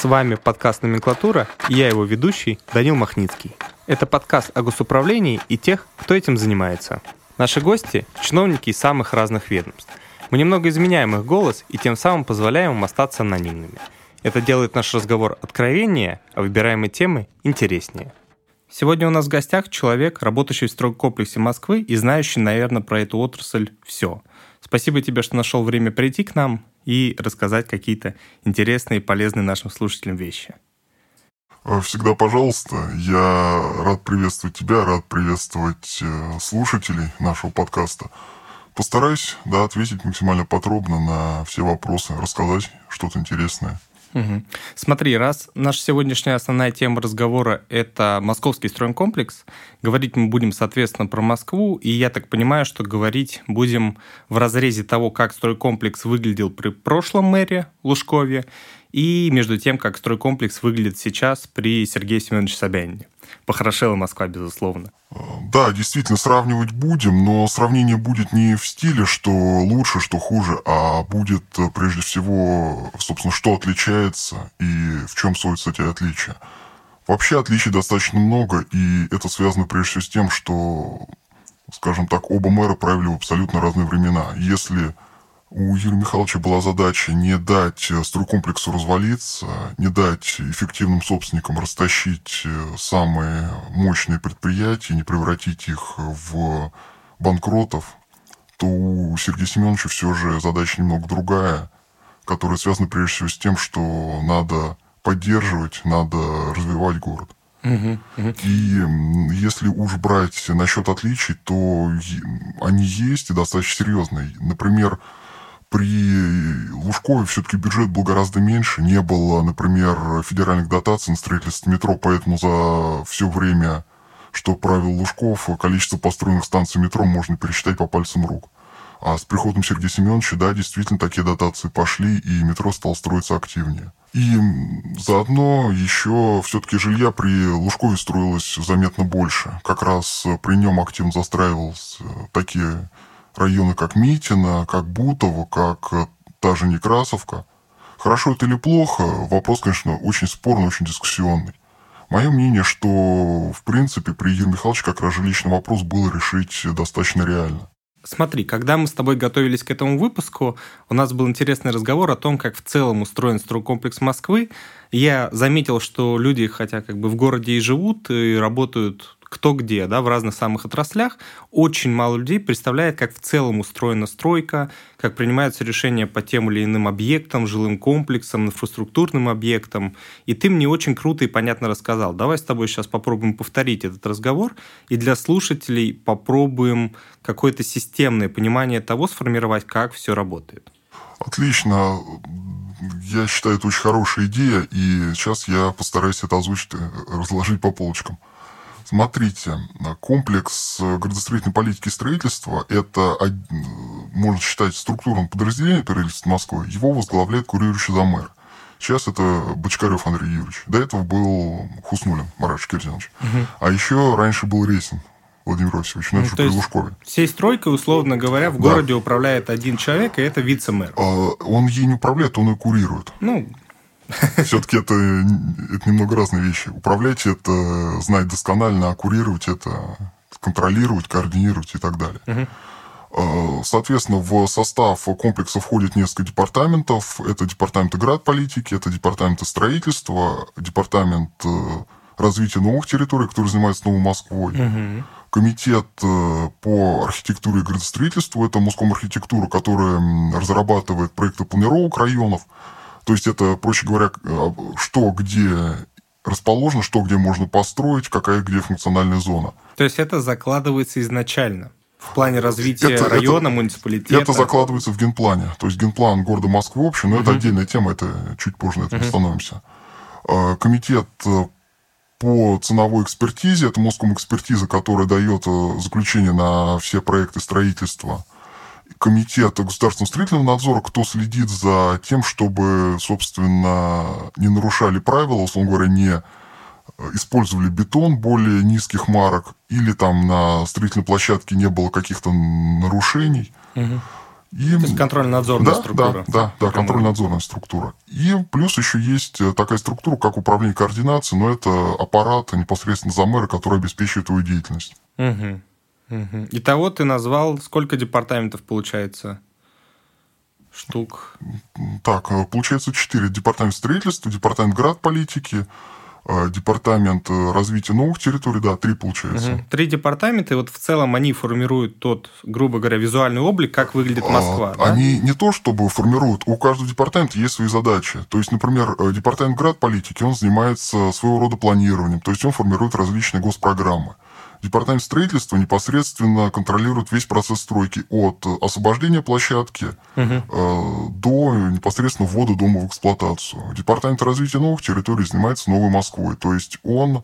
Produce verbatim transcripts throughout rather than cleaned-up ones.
С вами подкаст «Номенклатура» и я его ведущий Данил Махницкий. Это подкаст о госуправлении и тех, кто этим занимается. Наши гости – чиновники из самых разных ведомств. Мы немного изменяем их голос и тем самым позволяем им остаться анонимными. Это делает наш разговор откровеннее, а выбираемые темы интереснее. Сегодня у нас в гостях человек, работающий в стройкомплексе Москвы и знающий, наверное, про эту отрасль все. Спасибо тебе, что нашел время прийти к нам и рассказать какие-то интересные и полезные нашим слушателям вещи. Всегда пожалуйста. Я рад приветствовать тебя, рад приветствовать слушателей нашего подкаста. Постараюсь, да, ответить максимально подробно на все вопросы, рассказать что-то интересное. Угу. Смотри, раз наша сегодняшняя основная тема разговора – это московский стройкомплекс, говорить мы будем, соответственно, про Москву, и я так понимаю, что говорить будем в разрезе того, как стройкомплекс выглядел при прошлом мэре Лужкове, и между тем, как стройкомплекс выглядит сейчас при Сергее Семеновиче Собянине. Похорошела Москва, безусловно. Да, действительно, сравнивать будем, но сравнение будет не в стиле, что лучше, что хуже, а будет прежде всего, собственно, что отличается и в чем сводятся эти отличия. Вообще отличий достаточно много, и это связано прежде всего с тем, что, скажем так, оба мэра правили в абсолютно разные времена. Если у Юрия Михайловича была задача не дать стройкомплексу развалиться, не дать эффективным собственникам растащить самые мощные предприятия, не превратить их в банкротов, то у Сергея Семеновича все же задача немного другая, которая связана прежде всего с тем, что надо поддерживать, надо развивать город. Uh-huh, uh-huh. И если уж брать насчет отличий, то они есть и достаточно серьезные. Например, при Лужкове все-таки бюджет был гораздо меньше. Не было, например, федеральных дотаций на строительство метро, поэтому за все время, что правил Лужков, количество построенных станций метро можно пересчитать по пальцам рук. А с приходом Сергея Семеновича, да, действительно, такие дотации пошли, и метро стало строиться активнее. И заодно еще все-таки жилья при Лужкове строилось заметно больше. Как раз при нем активно застраивались такие районы, как Митино, как Бутово, как та же Некрасовка. Хорошо это или плохо? Вопрос, конечно, очень спорный, очень дискуссионный. Мое мнение, что, в принципе, при Юрии Михайловиче как раз жилищный вопрос было решить достаточно реально. Смотри, когда мы с тобой готовились к этому выпуску, у нас был интересный разговор о том, как в целом устроен стройкомплекс Москвы. Я заметил, что люди, хотя как бы в городе и живут, и работают кто где, да, в разных самых отраслях, очень мало людей представляет, как в целом устроена стройка, как принимаются решения по тем или иным объектам, жилым комплексам, инфраструктурным объектам. И ты мне очень круто и понятно рассказал. Давай с тобой сейчас попробуем повторить этот разговор, и для слушателей попробуем какое-то системное понимание того сформировать, как все работает. Отлично. Я считаю, это очень хорошая идея, и сейчас я постараюсь это озвучить, разложить по полочкам. Смотрите, комплекс градостроительной политики и строительства – это, можно считать, структурным подразделением правительства Москвы. Его возглавляет курирующий заммэра. Сейчас это Бочкарев Андрей Юрьевич. До этого был Хуснуллин Марат Шкирзянович. Угу. А еще раньше был Ресин Владимир Васильевич, но ну, это же при Лужкове. Всей стройкой, условно говоря, в да. городе управляет один человек, и это вице-мэр. А, он ей не управляет, он ее курирует. Ну... Все-таки это, это немного разные вещи. Управлять – это знать досконально, а курировать – это контролировать, координировать и так далее. Uh-huh. Соответственно, в состав комплекса входит несколько департаментов. Это департамент градполитики, это департамент строительства, департамент развития новых территорий, который занимается Новой Москвой. Uh-huh. Комитет по архитектуре и градостроительству – это Москомархитектура, которая разрабатывает проекты планировок районов. То есть это, проще говоря, что где расположено, что где можно построить, какая где функциональная зона. То есть это закладывается изначально в плане развития это, района, это, муниципалитета? Это закладывается в генплане. То есть генплан города Москвы общий, но угу. это отдельная тема, это чуть позже на этом угу. остановимся. Комитет по ценовой экспертизе, это Москомэкспертиза, которая дает заключение на все проекты строительства. Комитет государственного строительного надзора, кто следит за тем, чтобы, собственно, не нарушали правила, условно говоря, не использовали бетон более низких марок, или там на строительной площадке не было каких-то нарушений. Угу. И... То есть контрольно-надзорная да, структура. Да, да, да, контрольно-надзорная структура. И плюс еще есть такая структура, как управление координацией, но это аппарат непосредственно замэра, который обеспечивает твою деятельность. Угу. Угу. Итого ты назвал, сколько департаментов получается? Штук. Так, получается четыре. Департамент строительства, департамент градполитики, департамент развития новых территорий, да, три получается. Угу. Три департамента, и вот в целом они формируют тот, грубо говоря, визуальный облик, как выглядит Москва. А, да? Они не то чтобы формируют, у каждого департамента есть свои задачи. То есть, например, департамент градполитики, он занимается своего рода планированием, то есть он формирует различные госпрограммы. Департамент строительства непосредственно контролирует весь процесс стройки от освобождения площадки угу. э, до непосредственно ввода дома в эксплуатацию. Департамент развития новых территорий занимается Новой Москвой. То есть он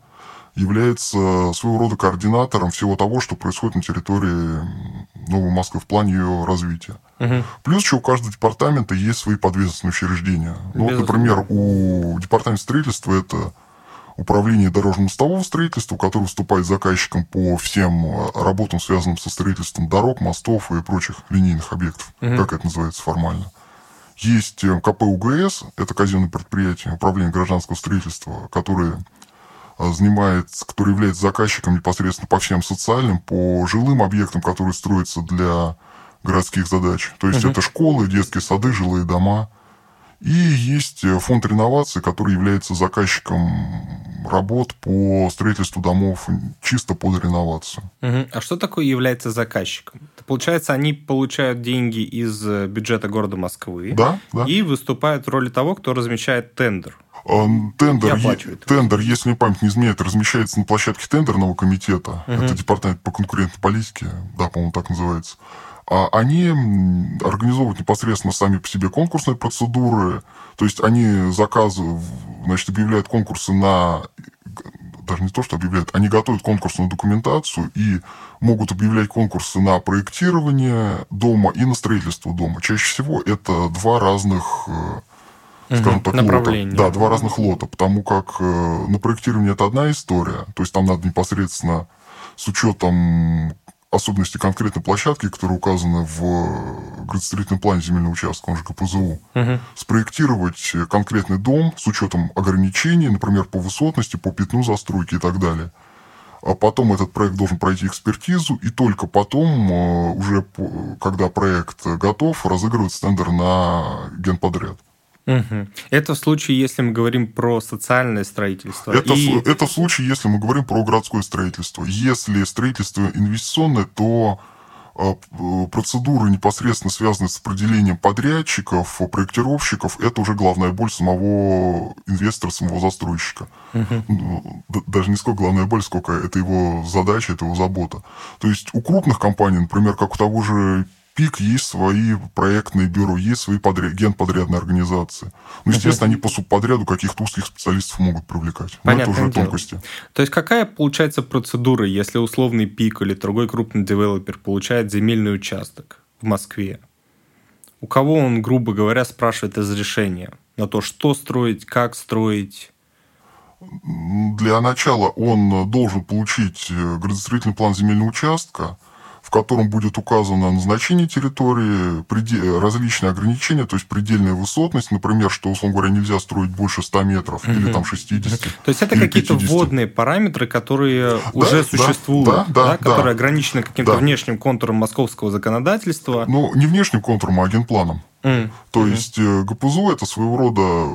является своего рода координатором всего того, что происходит на территории Новой Москвы в плане ее развития. Угу. Плюс еще у каждого департамента есть свои подведомственные учреждения. Ну, вот, например, у департамента строительства это управление дорожно-мостового строительства, которое выступает заказчиком по всем работам, связанным со строительством дорог, мостов и прочих линейных объектов, угу. как это называется формально. Есть ка пэ у гэ эс, это казенное предприятие управления гражданского строительства, которое занимается, который является заказчиком непосредственно по всем социальным, по жилым объектам, которые строятся для городских задач. То есть угу. это школы, детские сады, жилые дома. И есть фонд реновации, который является заказчиком работ по строительству домов чисто под реновацию. Угу. А что такое является заказчиком? Получается, они получают деньги из бюджета города Москвы да, да. и выступают в роли того, кто размещает тендер. Тендер, е- тендер, если мне память не изменяет, размещается на площадке тендерного комитета. Угу. Это департамент по конкурентной политике, да, по-моему, так называется. Они организовывают непосредственно сами по себе конкурсные процедуры, то есть они заказывают, значит, объявляют конкурсы на... Даже не то, что объявляют, они готовят конкурсную документацию и могут объявлять конкурсы на проектирование дома и на строительство дома. Чаще всего это два разных... скажем так, лота. Да, два разных лота, потому как на проектирование это одна история, то есть там надо непосредственно с учетом особенности конкретной площадки, которые указаны в градостроительном плане земельного участка, он же ка пэ зэ у, угу. спроектировать конкретный дом с учетом ограничений, например, по высотности, по пятну застройки и так далее. А потом этот проект должен пройти экспертизу, и только потом, уже когда проект готов, разыгрывается тендер на генподряд. Угу. Это в случае, если мы говорим про социальное строительство. Это, и... в, это в случае, если мы говорим про городское строительство. Если строительство инвестиционное, то процедуры, непосредственно связанные с определением подрядчиков, проектировщиков, это уже главная боль самого инвестора, самого застройщика. Угу. Даже не сколько главная боль, сколько это его задача, это его забота. То есть у крупных компаний, например, как у того же ПИК, есть свои проектные бюро, есть свои подряд, генподрядные организации. Ну, естественно, uh-huh. они по субподряду каких-то узких специалистов могут привлекать. Но это уже тонкости. То есть, какая получается процедура, если условный ПИК или другой крупный девелопер получает земельный участок в Москве? У кого он, грубо говоря, спрашивает разрешение на то, что строить, как строить? Для начала он должен получить градостроительный план земельного участка, в котором будет указано назначение территории, предел, различные ограничения, то есть предельная высотность, например, что, условно говоря, нельзя строить больше ста метров угу. или там шестидесяти. То есть это какие-то пятидесяти вводные параметры, которые да, уже да, существуют, да, да, да, которые да. ограничены каким-то да. внешним контуром московского законодательства? Ну, не внешним контуром, а генпланом. Mm. То mm. есть гэ пэ зэ у это своего рода...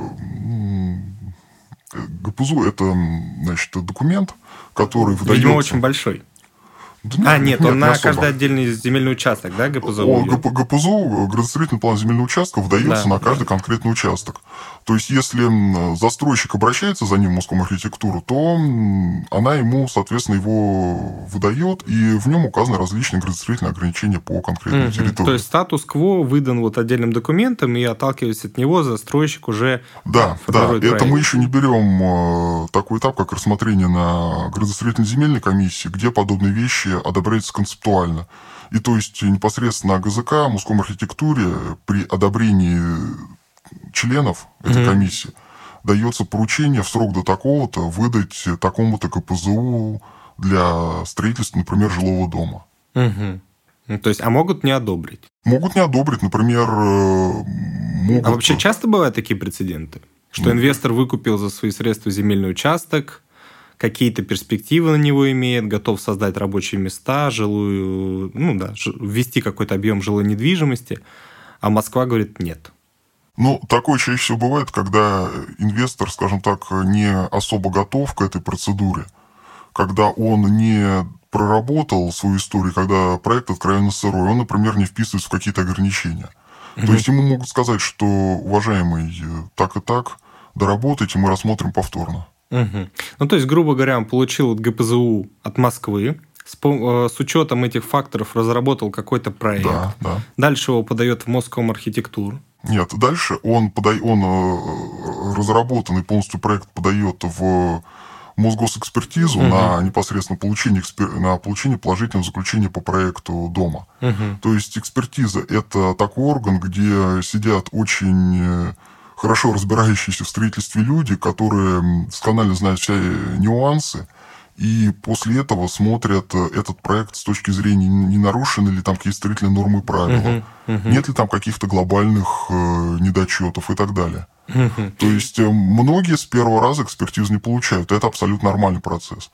гэ пэ зэ у это, значит, документ, который выдается... Видимо, очень большой. Да, а, нет, нет, он на особо. Каждый отдельный земельный участок, да, гэ пэ зэ у? гэ пэ зэ у, градостроительный план земельного участка, выдается да, на каждый да. конкретный участок. То есть, если застройщик обращается за ним в Москомархитектуру, то она ему, соответственно, его выдает, и в нем указаны различные градостроительные ограничения по конкретной mm-hmm. территории. То есть, статус-кво выдан вот отдельным документом, и, отталкиваясь от него, застройщик уже да, формирует да, проект. Это мы еще не берем такой этап, как рассмотрение на градостроительной земельной комиссии, где подобные вещи одобряются концептуально. И то есть непосредственно на гэ зэ ка, Московской архитектуре, при одобрении членов этой mm-hmm. комиссии дается поручение в срок до такого-то выдать такому-то ка пэ зэ у для строительства, например, жилого дома. Mm-hmm. То есть, а могут не одобрить? Могут не одобрить, например, могут... А вообще часто бывают такие прецеденты? Что инвестор выкупил за свои средства земельный участок, какие-то перспективы на него имеет, готов создать рабочие места, жилую, ну да, ввести какой-то объем жилой недвижимости, а Москва говорит нет. Ну, такое чаще всего бывает, когда инвестор, скажем так, не особо готов к этой процедуре, когда он не проработал свою историю, когда проект откровенно сырой, он, например, не вписывается в какие-то ограничения. Mm-hmm. То есть ему могут сказать, что, уважаемый, так и так, доработайте, мы рассмотрим повторно. Угу. Ну, то есть, грубо говоря, он получил от ГПЗУ от Москвы, с, с учетом этих факторов разработал какой-то проект. Да, да. Дальше его подает в Москомархитектуру. Нет, дальше он, подай, он разработанный полностью проект подает в Мосгосэкспертизу угу. на непосредственно получение, на получение положительного заключения по проекту дома. Угу. То есть, экспертиза – это такой орган, где сидят очень... хорошо разбирающиеся в строительстве люди, которые досконально знают все нюансы, и после этого смотрят этот проект с точки зрения, не нарушены ли там какие-то строительные нормы и правила, uh-huh, uh-huh. нет ли там каких-то глобальных э, недочетов и так далее. Uh-huh. То есть, многие с первого раза экспертизу не получают. Это абсолютно нормальный процесс.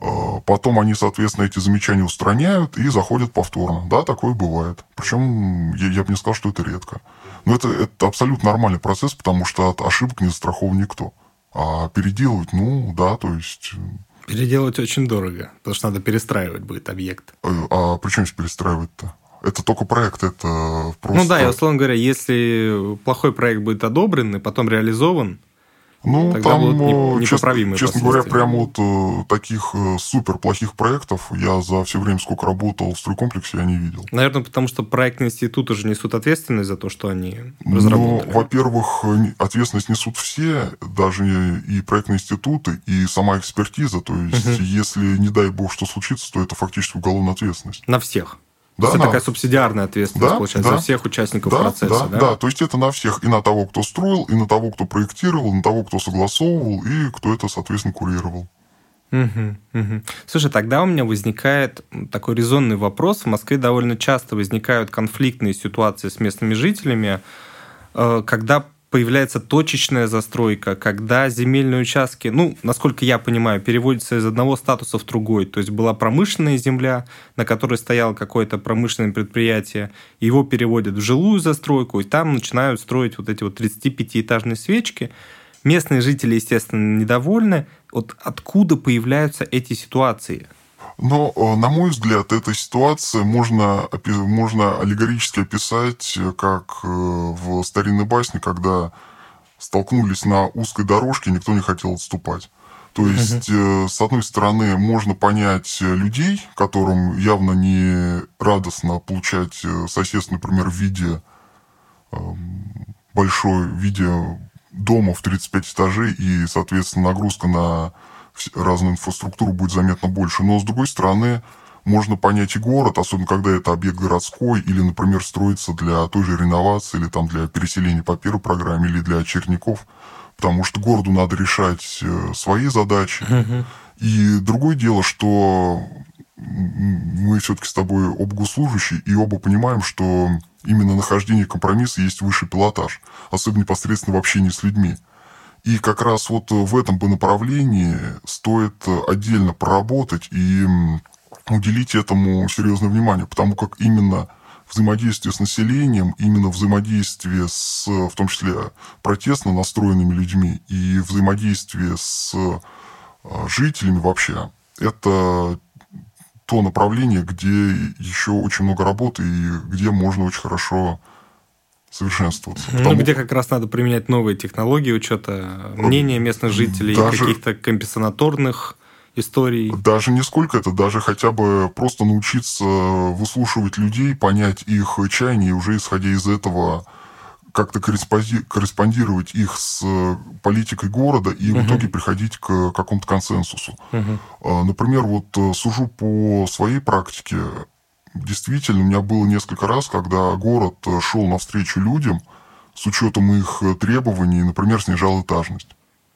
Потом они, соответственно, эти замечания устраняют и заходят повторно. Да, такое бывает. Причем я, я бы не сказал, что это редко. Но это, это абсолютно нормальный процесс, потому что от ошибок не застрахован никто. А переделывать, ну, да, то есть... Переделывать очень дорого, потому что надо перестраивать будет объект. А при чем здесь перестраивать-то? Это только проект, это просто... Ну да, и, условно говоря, если плохой проект будет одобрен и потом реализован, ну, тогда там, будут непоправимые честно, честно говоря, прям вот таких супер плохих проектов я за все время, сколько работал в стройкомплексе, я не видел. Наверное, потому что проектный институт уже несут ответственность за то, что они разработали. Ну, во-первых, ответственность несут все, даже и проектные институты, и сама экспертиза. То есть, угу. если, не дай бог, что случится, то это фактически уголовная ответственность. На всех. Да, то есть, на... это такая субсидиарная ответственность, да, получается, да, за всех участников да, процесса. Да, да? да, то есть это на всех. И на того, кто строил, и на того, кто проектировал, и на того, кто согласовывал, и кто это, соответственно, курировал. Угу, угу. Слушай, тогда у меня возникает такой резонный вопрос. В Москве довольно часто возникают конфликтные ситуации с местными жителями, когда появляется точечная застройка, когда земельные участки, ну, насколько я понимаю, переводятся из одного статуса в другой. То есть была промышленная земля, на которой стояло какое-то промышленное предприятие, его переводят в жилую застройку, и там начинают строить вот эти вот тридцатипятиэтажные свечки. Местные жители, естественно, недовольны. Вот откуда появляются эти ситуации? Но, на мой взгляд, эта ситуация можно, можно аллегорически описать, как в старинной басне, когда столкнулись на узкой дорожке, никто не хотел отступать. То есть, uh-huh. с одной стороны, можно понять людей, которым явно не радостно получать соседство, например, в виде большой, в виде дома в тридцать пять этажей, и, соответственно, нагрузка на разную инфраструктуру будет заметно больше. Но, с другой стороны, можно понять и город, особенно когда это объект городской, или, например, строится для той же реновации, или там для переселения по первой программе, или для очередников, потому что городу надо решать свои задачи. Uh-huh. И другое дело, что мы все-таки с тобой оба госслужащие, и оба понимаем, что именно нахождение компромисса есть высший пилотаж, особенно непосредственно в общении с людьми. И как раз вот в этом бы направлении стоит отдельно проработать и уделить этому серьезное внимание, потому как именно взаимодействие с населением, именно взаимодействие с, в том числе, протестно настроенными людьми и взаимодействие с жителями вообще, это то направление, где еще очень много работы и где можно очень хорошо совершенствоваться. Ну, потому... где как раз надо применять новые технологии учета мнения местных жителей, даже... каких-то компенсаторных историй. Даже не сколько это, даже хотя бы просто научиться выслушивать людей, понять их чаяния, и уже исходя из этого как-то корреспондировать их с политикой города и uh-huh. в итоге приходить к какому-то консенсусу. Uh-huh. Например, вот сужу по своей практике. Действительно, у меня было несколько раз, когда город шел навстречу людям с учетом их требований, например, снижал этажность.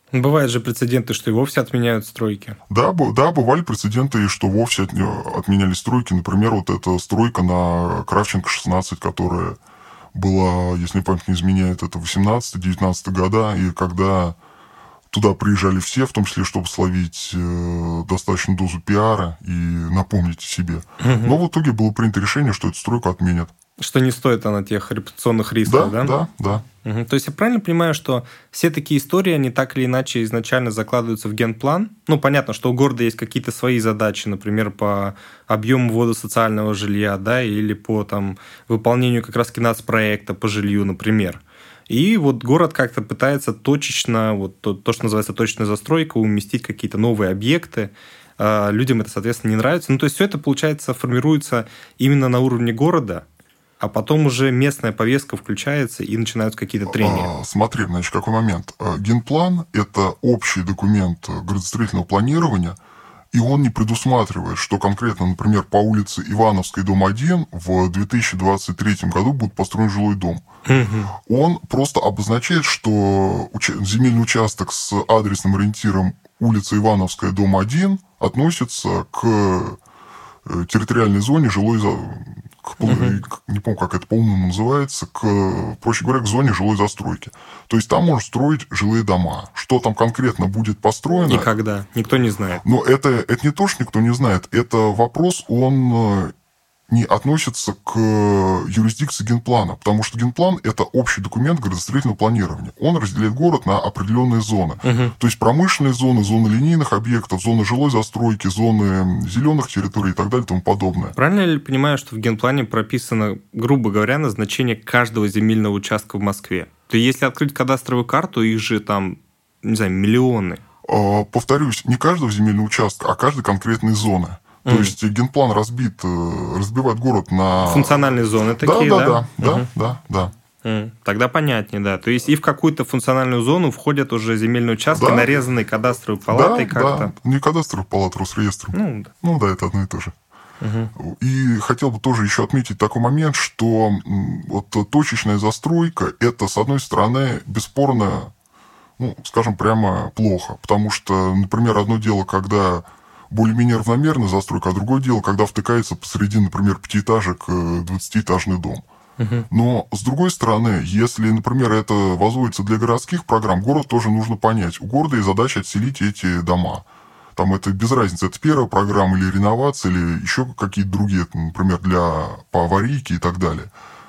Бывают же прецеденты, что и вовсе отменяют стройки. Да, да, бывали прецеденты, что вовсе отменяли стройки. Например, вот эта стройка на Кравченко шестнадцать, которая была, если память не изменяет, это восемнадцатый-девятнадцатый года, и когда туда приезжали все, в том числе, чтобы словить э, достаточную дозу пиара и напомнить о себе. Угу. Но в итоге было принято решение, что эту стройку отменят. Что не стоит она тех репутационных рисков, да? Да, да, да. Угу. То есть я правильно понимаю, что все такие истории, они так или иначе изначально закладываются в генплан? Ну, понятно, что у города есть какие-то свои задачи, например, по объему ввода социального жилья, да, или по там, выполнению как раз нацпроекта по жилью, например. И вот город как-то пытается точечно, вот то, то, что называется точечная застройка, уместить какие-то новые объекты. Людям это, соответственно, не нравится. Ну, то есть все это, получается, формируется именно на уровне города, а потом уже местная повестка включается и начинаются какие-то трения. А, смотри, значит, какой момент. Генплан – это общий документ градостроительного планирования, и он не предусматривает, что конкретно, например, по улице Ивановской, дом один, в две тысячи двадцать третьем году будет построен жилой дом. Угу. Он просто обозначает, что земельный участок с адресным ориентиром улица Ивановская, дом один относится к территориальной зоне жилой, к, uh-huh. не помню, как это по-умному называется, к, проще говоря, к зоне жилой застройки. То есть там можно строить жилые дома. Что там конкретно будет построено... Никогда. Никто не знает. Но это, это не то, что никто не знает. Это вопрос, он не относится к юрисдикции генплана, потому что генплан – это общий документ градостроительного планирования. Он разделяет город на определенные зоны. Угу. То есть промышленные зоны, зоны линейных объектов, зоны жилой застройки, зоны зеленых территорий и так далее и тому подобное. Правильно я ли понимаю, что в генплане прописано, грубо говоря, назначение каждого земельного участка в Москве? То есть если открыть кадастровую карту, их же там, не знаю, миллионы. Повторюсь, не каждого земельного участка, а каждой конкретной зоны. То mm. есть генплан разбит, разбивает город на... Функциональные зоны такие, да? Да, да, да, угу. да, да. Mm. Тогда понятнее, да. То есть и в какую-то функциональную зону входят уже земельные участки, да. нарезанные кадастровой палатой да, как-то. Да, не кадастровой палатой, Росреестром. Ну, да. ну да, это одно и то же. Угу. И хотел бы тоже еще отметить такой момент, что вот точечная застройка – это, с одной стороны, бесспорно, ну, скажем, прямо плохо. Потому что, например, одно дело, когда более-менее равномерная застройка, а другое дело, когда втыкается посреди, например, пятиэтажек двадцатиэтажный дом. Uh-huh. Но, с другой стороны, если, например, это возводится для городских программ, город тоже нужно понять. У города есть задача отселить эти дома. Там это без разницы, это первая программа или реновация, или еще какие-то другие, например, для, по аварийке и так далее.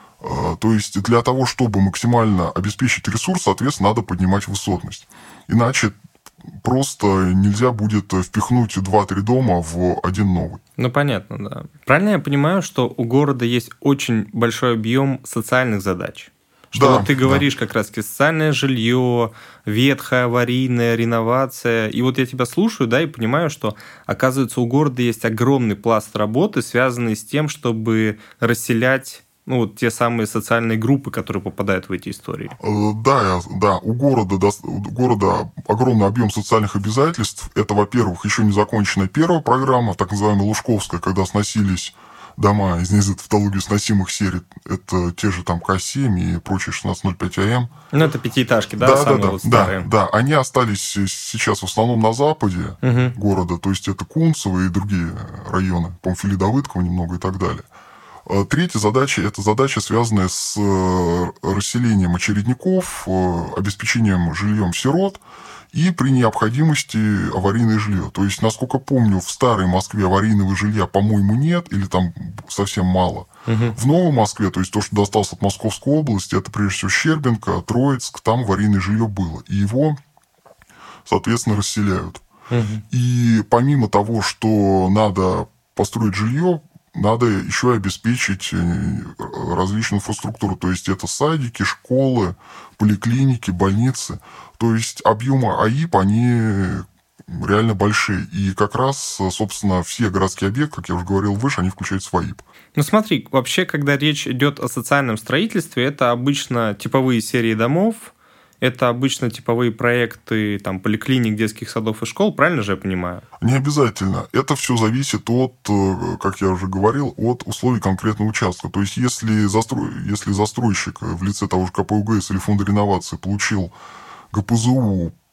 То есть для того, чтобы максимально обеспечить ресурс, соответственно, надо поднимать высотность. Иначе просто нельзя будет впихнуть два-три дома в один новый. Ну, понятно, да. Правильно я понимаю, что у города есть очень большой объем социальных задач? Что да, вот ты говоришь да. как раз-таки социальное жилье, ветхое, аварийное, реновация. И вот я тебя слушаю, да, и понимаю, что, оказывается, у города есть огромный пласт работы, связанный с тем, чтобы расселять ну, вот те самые социальные группы, которые попадают в эти истории. Да, да, у города, у города огромный объем социальных обязательств. Это, во-первых, еще не законченная первая программа, так называемая Лужковская, когда сносились дома, извините за тавтологию, сносимых серий. Это те же там К семь и прочие шестнадцать ноль пять А М. Ну, это пятиэтажки, да, да самые да, вот да, старые. Да, да, они остались сейчас в основном на западе угу. города, то есть это Кунцево и другие районы, по-моему, Филидовыткова немного и так далее. Третья задача – это задача, связанная с расселением очередников, обеспечением жильем сирот и при необходимости аварийное жилье. То есть, насколько помню, в старой Москве аварийного жилья, по-моему, нет или там совсем мало. Угу. В Новой Москве, то есть то, что досталось от Московской области, это прежде всего Щербинка, Троицк, там аварийное жилье было. И его, соответственно, расселяют. Угу. И помимо того, что надо построить жилье, надо еще обеспечить различную инфраструктуру. То есть, это садики, школы, поликлиники, больницы. То есть, объемы АИП, они реально большие. И как раз, собственно, все городские объекты, как я уже говорил выше, они включаются в АИП. Ну, смотри, вообще, когда речь идет о социальном строительстве, это обычно типовые серии домов, это обычно типовые проекты там, поликлиник, детских садов и школ, правильно же я понимаю? Не обязательно. Это все зависит от, как я уже говорил, от условий конкретного участка. То есть, если, застрой... если застройщик в лице того же КПУГС или фонда реновации получил ГПЗУ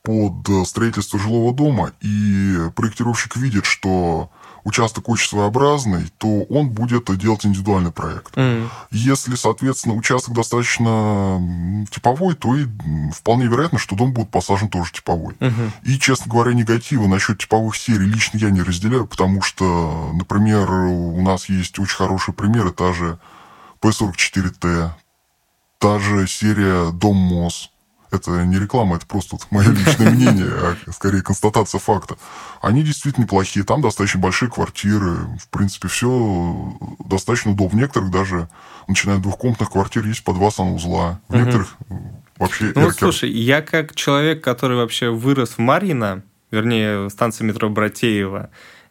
под строительство жилого дома, и проектировщик видит, что участок очень своеобразный, то он будет делать индивидуальный проект. Mm. Если, соответственно, участок достаточно типовой, то и вполне вероятно, что дом будет посажен тоже типовой. Mm-hmm. И, честно говоря, негатива насчет типовых серий лично я не разделяю, потому что, например, у нас есть очень хороший пример, та же Пэ сорок четыре Тэ, та же серия Дом МОЗ. Это не реклама, это просто вот мое личное мнение, а скорее констатация факта. Они действительно неплохие, там достаточно большие квартиры, в принципе, все достаточно удобно. В некоторых даже, начиная от двухкомнатных квартир, есть по два санузла. В некоторых угу. вообще Ну, эркер. Слушай, я как человек, который вообще вырос в Марьино, вернее, станция метро Братеево,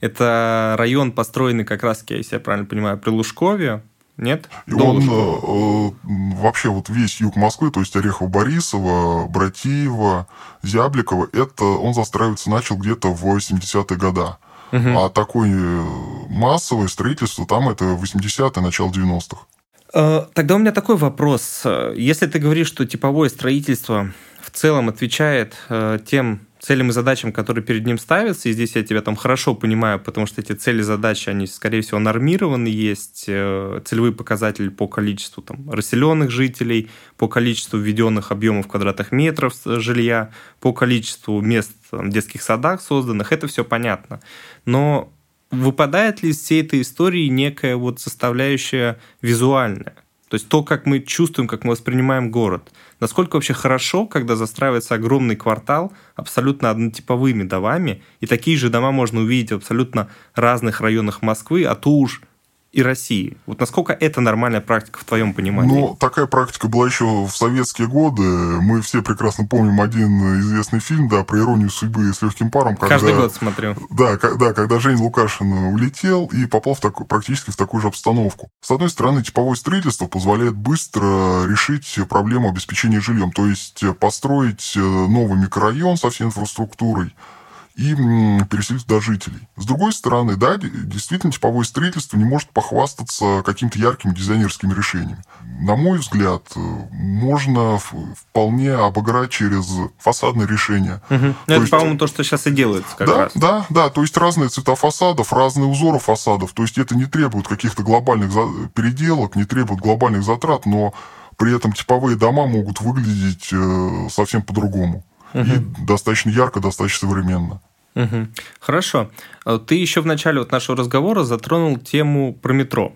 это район, построенный как раз-таки, если я правильно понимаю, при Лужкове. Нет? И он э, вообще вот весь юг Москвы, то есть Орехово-Борисово, Братеево, Зябликово, это он застраиваться начал где-то в восьмидесятые годы. Угу. А такое массовое строительство там это восьмидесятые, начало девяностых. Тогда у меня такой вопрос. Если ты говоришь, что типовое строительство в целом отвечает тем целям и задачам, которые перед ним ставятся, и здесь я тебя там хорошо понимаю, потому что эти цели и задачи, они, скорее всего, нормированы, есть целевые показатели по количеству там, расселенных жителей, по количеству введенных объемов квадратных метров жилья, по количеству мест там, в детских садах созданных, это все понятно. Но выпадает ли из всей этой истории некая вот составляющая визуальная? То есть то, как мы чувствуем, как мы воспринимаем город. Насколько вообще хорошо, когда застраивается огромный квартал абсолютно однотиповыми домами, и такие же дома можно увидеть в абсолютно разных районах Москвы, а то уж и России. Вот насколько это нормальная практика в твоем понимании? Ну, такая практика была еще в советские годы. Мы все прекрасно помним один известный фильм, да, про иронию судьбы с легким паром. Когда, каждый год смотрю. Да, да, когда Жень Лукашин улетел и попал в такую, практически в такую же обстановку. С одной стороны, типовое строительство позволяет быстро решить проблему обеспечения жильем, то есть построить новый микрорайон со всей инфраструктурой и переселить туда жителей. С другой стороны, да, действительно, типовое строительство не может похвастаться какими-то яркими дизайнерскими решениями. На мой взгляд, можно вполне обыграть через фасадные решения. Угу. Это, есть, по-моему, то, что сейчас и делается как да, раз. Да, да, то есть разные цвета фасадов, разные узоры фасадов. То есть это не требует каких-то глобальных переделок, не требует глобальных затрат, но при этом типовые дома могут выглядеть совсем по-другому. Угу. И достаточно ярко, достаточно современно. Угу. Хорошо. Ты еще в начале вот нашего разговора затронул тему про метро.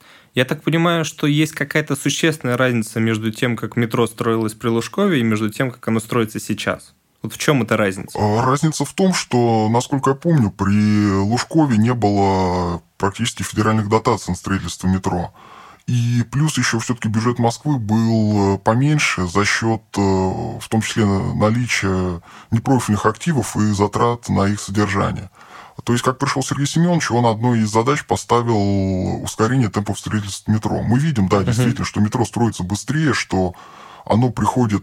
Я так понимаю, что есть какая-то существенная разница между тем, как метро строилось при Лужкове, и между тем, как оно строится сейчас. Вот в чем эта разница? Разница в том, что, насколько я помню, при Лужкове не было практически федеральных дотаций на строительство метро. И плюс еще все-таки бюджет Москвы был поменьше за счет, в том числе, наличия непрофильных активов и затрат на их содержание. То есть, как пришел Сергей Семенович, он одной из задач поставил ускорение темпов строительства метро. Мы видим, да, действительно, что метро строится быстрее, что оно приходит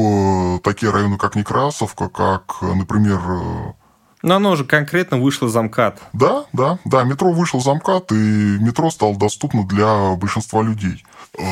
в такие районы, как Некрасовка, как, например... Но оно уже конкретно вышло за МКАД. Да, да, да, метро вышло за МКАД, и метро стало доступно для большинства людей.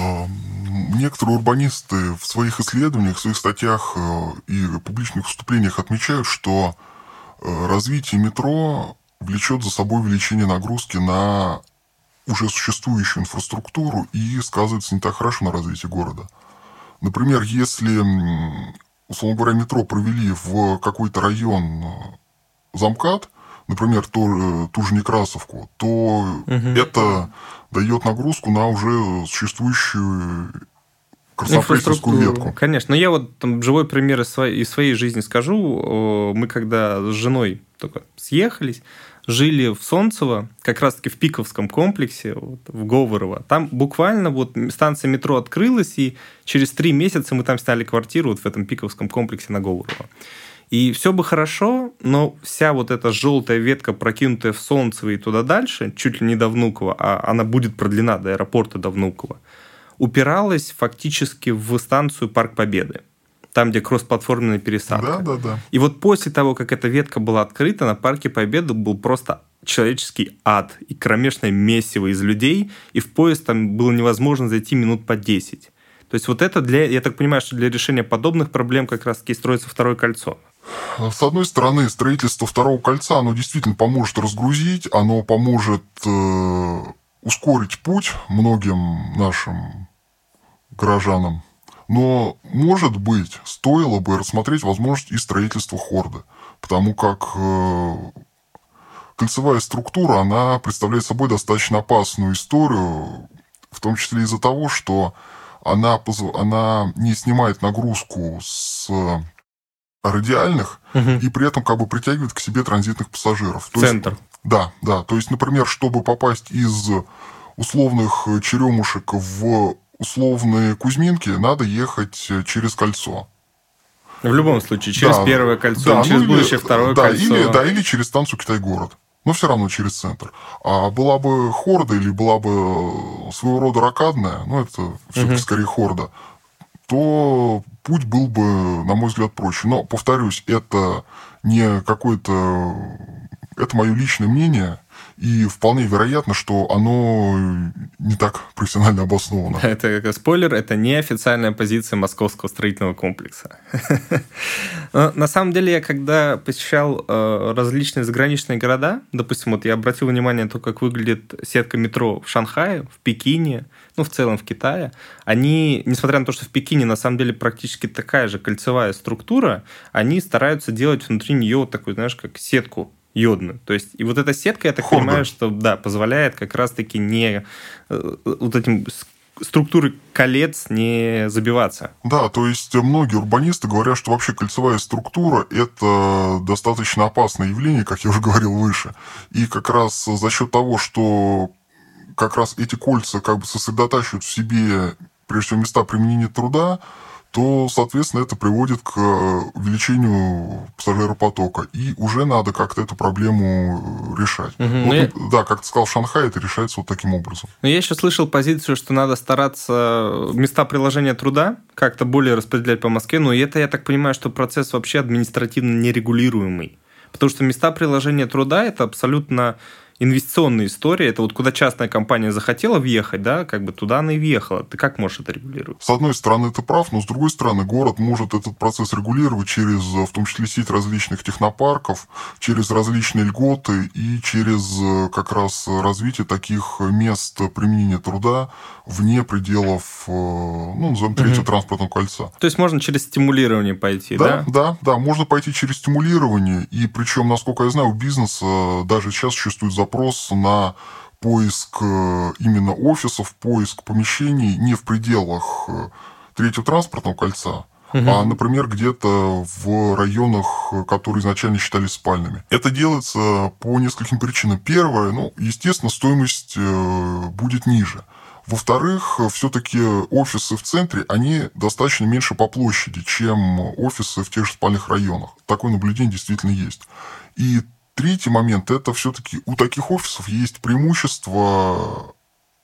Некоторые урбанисты в своих исследованиях, в своих статьях и публичных выступлениях отмечают, что развитие метро влечет за собой увеличение нагрузки на уже существующую инфраструктуру и сказывается не так хорошо на развитии города. Например, если, условно говоря, метро провели в какой-то район замкат, например, ту, ту же Некрасовку, то угу. это дает нагрузку на уже существующую краснопресненскую ветку. Конечно. Но я вот там живой пример из своей, из своей жизни скажу. Мы когда с женой только съехались, жили в Солнцево, как раз-таки в Пиковском комплексе, вот, в Говорово. Там буквально вот станция метро открылась, и через три месяца мы там сняли квартиру вот в этом Пиковском комплексе на Говорово. И все бы хорошо, но вся вот эта желтая ветка, прокинутая в Солнцево и туда дальше, чуть ли не до Внуково, а она будет продлена до аэропорта до Внуково, упиралась фактически в станцию Парк Победы, там, где кроссплатформенная пересадка. Да, да, да. И вот после того, как эта ветка была открыта, на Парке Победы был просто человеческий ад и кромешное месиво из людей, и в поезд там было невозможно зайти минут по десять. То есть вот это для, я так понимаю, что для решения подобных проблем как раз-таки строится второе кольцо. С одной стороны, строительство второго кольца, оно действительно поможет разгрузить, оно поможет э, ускорить путь многим нашим горожанам. Но, может быть, стоило бы рассмотреть возможность и строительства хорды, потому как э, кольцевая структура, она представляет собой достаточно опасную историю, в том числе из-за того, что она, она не снимает нагрузку с радиальных, угу. и при этом как бы притягивает к себе транзитных пассажиров. То Центр. Есть, да, да. То есть, например, чтобы попасть из условных Черемушек в условные Кузьминки, надо ехать через кольцо. В любом случае, через да, первое кольцо, да, через ну, будущее или, второе да, кольцо. Или, да, или через станцию Китай-город. Но все равно через центр. А была бы хорда или была бы своего рода рокадная, ну, это все-таки угу. скорее хорда, то путь был бы, на мой взгляд, проще. Но, повторюсь, это не какое-то... Это мое личное мнение, и вполне вероятно, что оно не так профессионально обосновано. Это спойлер, это не официальная позиция Московского строительного комплекса. На самом деле, я когда посещал различные заграничные города, допустим, вот я обратил внимание на то, как выглядит сетка метро в Шанхае, в Пекине, ну, в целом в Китае, они, несмотря на то, что в Пекине на самом деле практически такая же кольцевая структура, они стараются делать внутри нее вот такую, знаешь, как сетку йодную. То есть, и вот эта сетка, я так Хорда. понимаю, что, да, позволяет как раз-таки не вот этим структуры колец не забиваться. Да, то есть многие урбанисты говорят, что вообще кольцевая структура – это достаточно опасное явление, как я уже говорил выше. И как раз за счет того, что как раз эти кольца как бы сосредотачивают в себе, прежде всего, места применения труда, то, соответственно, это приводит к увеличению пассажиропотока. И уже надо как-то эту проблему решать. Угу, вот, я... Да, как ты сказал, в Шанхае это решается вот таким образом. Но я еще слышал позицию, что надо стараться места приложения труда как-то более распределять по Москве, но это, я так понимаю, что процесс вообще административно нерегулируемый. Потому что места приложения труда – это абсолютно инвестиционная история. Это вот куда частная компания захотела въехать, да, как бы туда она и въехала. Ты как можешь это регулировать? С одной стороны, ты прав, но с другой стороны, город может этот процесс регулировать через, в том числе, сеть различных технопарков, через различные льготы и через как раз развитие таких мест применения труда вне пределов, ну, назовем, третьего угу. транспортного кольца. То есть можно через стимулирование пойти, да? Да, да, да, можно пойти через стимулирование, и причем, насколько я знаю, у бизнеса даже сейчас существует запрос на поиск именно офисов, поиск помещений не в пределах третьего транспортного кольца, угу. а, например, где-то в районах, которые изначально считались спальными. Это делается по нескольким причинам. Первое, ну, естественно, стоимость будет ниже. Во-вторых, все-таки офисы в центре, они достаточно меньше по площади, чем офисы в тех же спальных районах. Такое наблюдение действительно есть. И третий момент – это все-таки у таких офисов есть преимущество,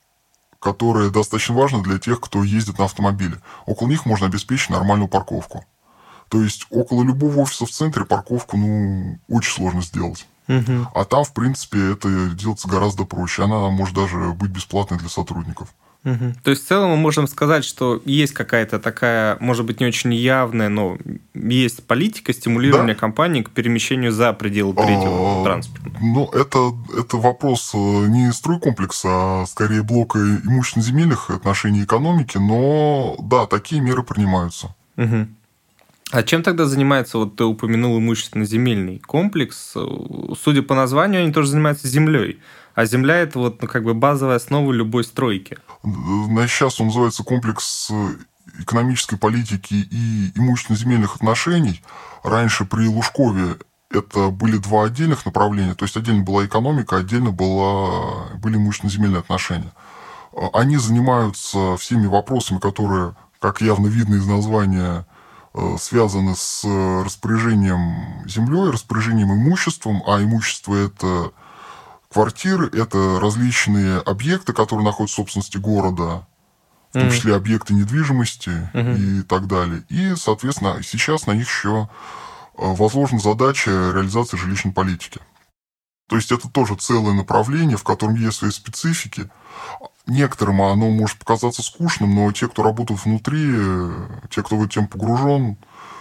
которое достаточно важно для тех, кто ездит на автомобиле. Около них можно обеспечить нормальную парковку. То есть около любого офиса в центре парковку, ну, очень сложно сделать. Угу. А там, в принципе, это делается гораздо проще. Она может даже быть бесплатной для сотрудников. Угу. То есть, в целом, мы можем сказать, что есть какая-то такая, может быть, не очень явная, но есть политика стимулирования да? компаний к перемещению за пределы третьего транспорта. Ну, это, это вопрос не стройкомплекса, а скорее блока имущественно-земельных отношений экономики, но да, такие меры принимаются. Угу. А чем тогда занимается, вот ты упомянул имущественно-земельный комплекс? Судя по названию, они тоже занимаются землей. А земля – это вот, ну, как бы базовая основа любой стройки. Сейчас он называется комплекс экономической политики и имущественно-земельных отношений. Раньше при Лужкове это были два отдельных направления. То есть, отдельно была экономика, отдельно была, были имущественно-земельные отношения. Они занимаются всеми вопросами, которые, как явно видно из названия, связаны с распоряжением землей, распоряжением имуществом, а имущество – это квартиры, это различные объекты, которые находятся в собственности города, в том числе объекты недвижимости mm-hmm. и так далее. И, соответственно, сейчас на них еще возложена задача реализации жилищной политики. То есть это тоже целое направление, в котором есть свои специфики. Некоторым оно может показаться скучным, но те, кто работает внутри, те, кто в эту тему погружен,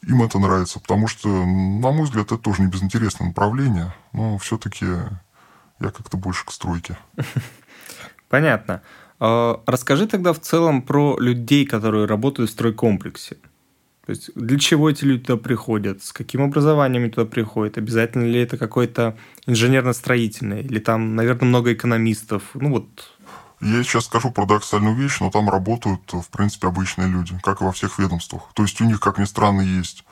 им это нравится, потому что, на мой взгляд, это тоже не безинтересное направление, но все-таки я как-то больше к стройке. Понятно. Расскажи тогда в целом про людей, которые работают в стройкомплексе. То есть для чего эти люди туда приходят, с каким образованием они туда приходят, обязательно ли это какой-то инженерно-строительный, или там, наверное, много экономистов, ну вот. Я сейчас скажу парадоксальную вещь, но там работают, в принципе, обычные люди, как и во всех ведомствах. То есть у них, как ни странно, есть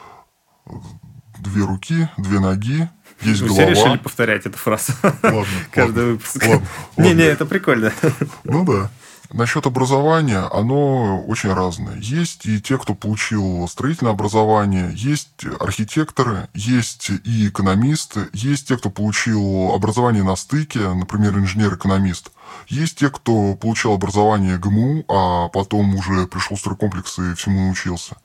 две руки, две ноги, есть Вы голова. Все решили повторять эту фразу? Ладно. Каждый выпуск. Не-не, это прикольно. Ну да. Насчет образования, оно очень разное. Есть и те, кто получил строительное образование, есть архитекторы, есть и экономисты, есть те, кто получил образование на стыке, например, инженер-экономист. Есть те, кто получил образование ГМУ, а потом уже пришел в стройкомплекс и всему научился.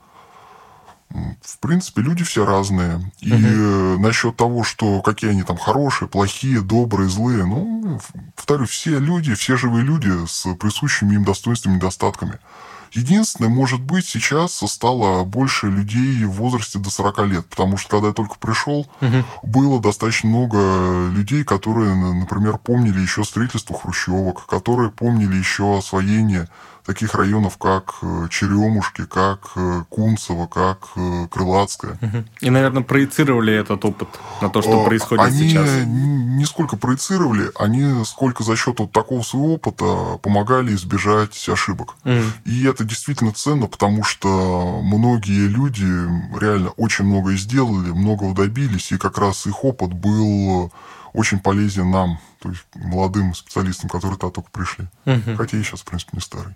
В принципе, люди все разные. И угу. насчет того, что какие они там хорошие, плохие, добрые, злые, ну, повторюсь, все люди, все живые люди с присущими им достоинствами и недостатками. Единственное, может быть, сейчас стало больше людей в возрасте до сорока лет, потому что, когда я только пришел, угу. было достаточно много людей, которые, например, помнили еще строительство хрущевок, которые помнили еще освоение таких районов, как Черемушки, как Кунцево, как Крылатская. И, наверное, проецировали этот опыт на то, что происходит они сейчас. Они не сколько проецировали, они сколько за счет вот такого своего опыта помогали избежать ошибок. Mm. И это действительно ценно, потому что многие люди реально очень многое сделали, многого добились, и как раз их опыт был очень полезен нам, то есть молодым специалистам, которые туда только пришли. Угу. Хотя я сейчас, в принципе, не старый.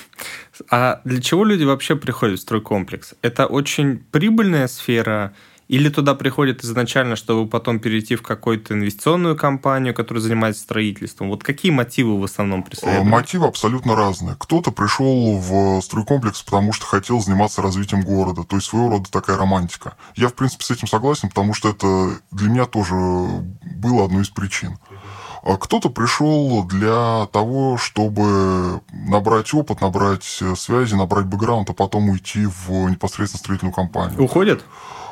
А для чего люди вообще приходят в стройкомплекс? Это очень прибыльная сфера? Или туда приходят изначально, чтобы потом перейти в какую-то инвестиционную компанию, которая занимается строительством? Вот какие мотивы в основном преследуют? Мотивы абсолютно разные. Кто-то пришел в стройкомплекс, потому что хотел заниматься развитием города. То есть своего рода такая романтика. Я, в принципе, с этим согласен, потому что это для меня тоже было одной из причин. Кто-то пришел для того, чтобы набрать опыт, набрать связи, набрать бэкграунд, а потом уйти в непосредственно строительную компанию. Уходят?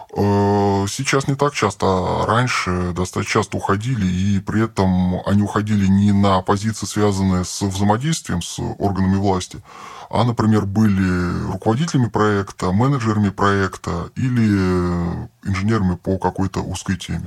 Сейчас не так часто, а раньше достаточно часто уходили, и при этом они уходили не на позиции, связанные с взаимодействием с органами власти, а, например, были руководителями проекта, менеджерами проекта или инженерами по какой-то узкой теме.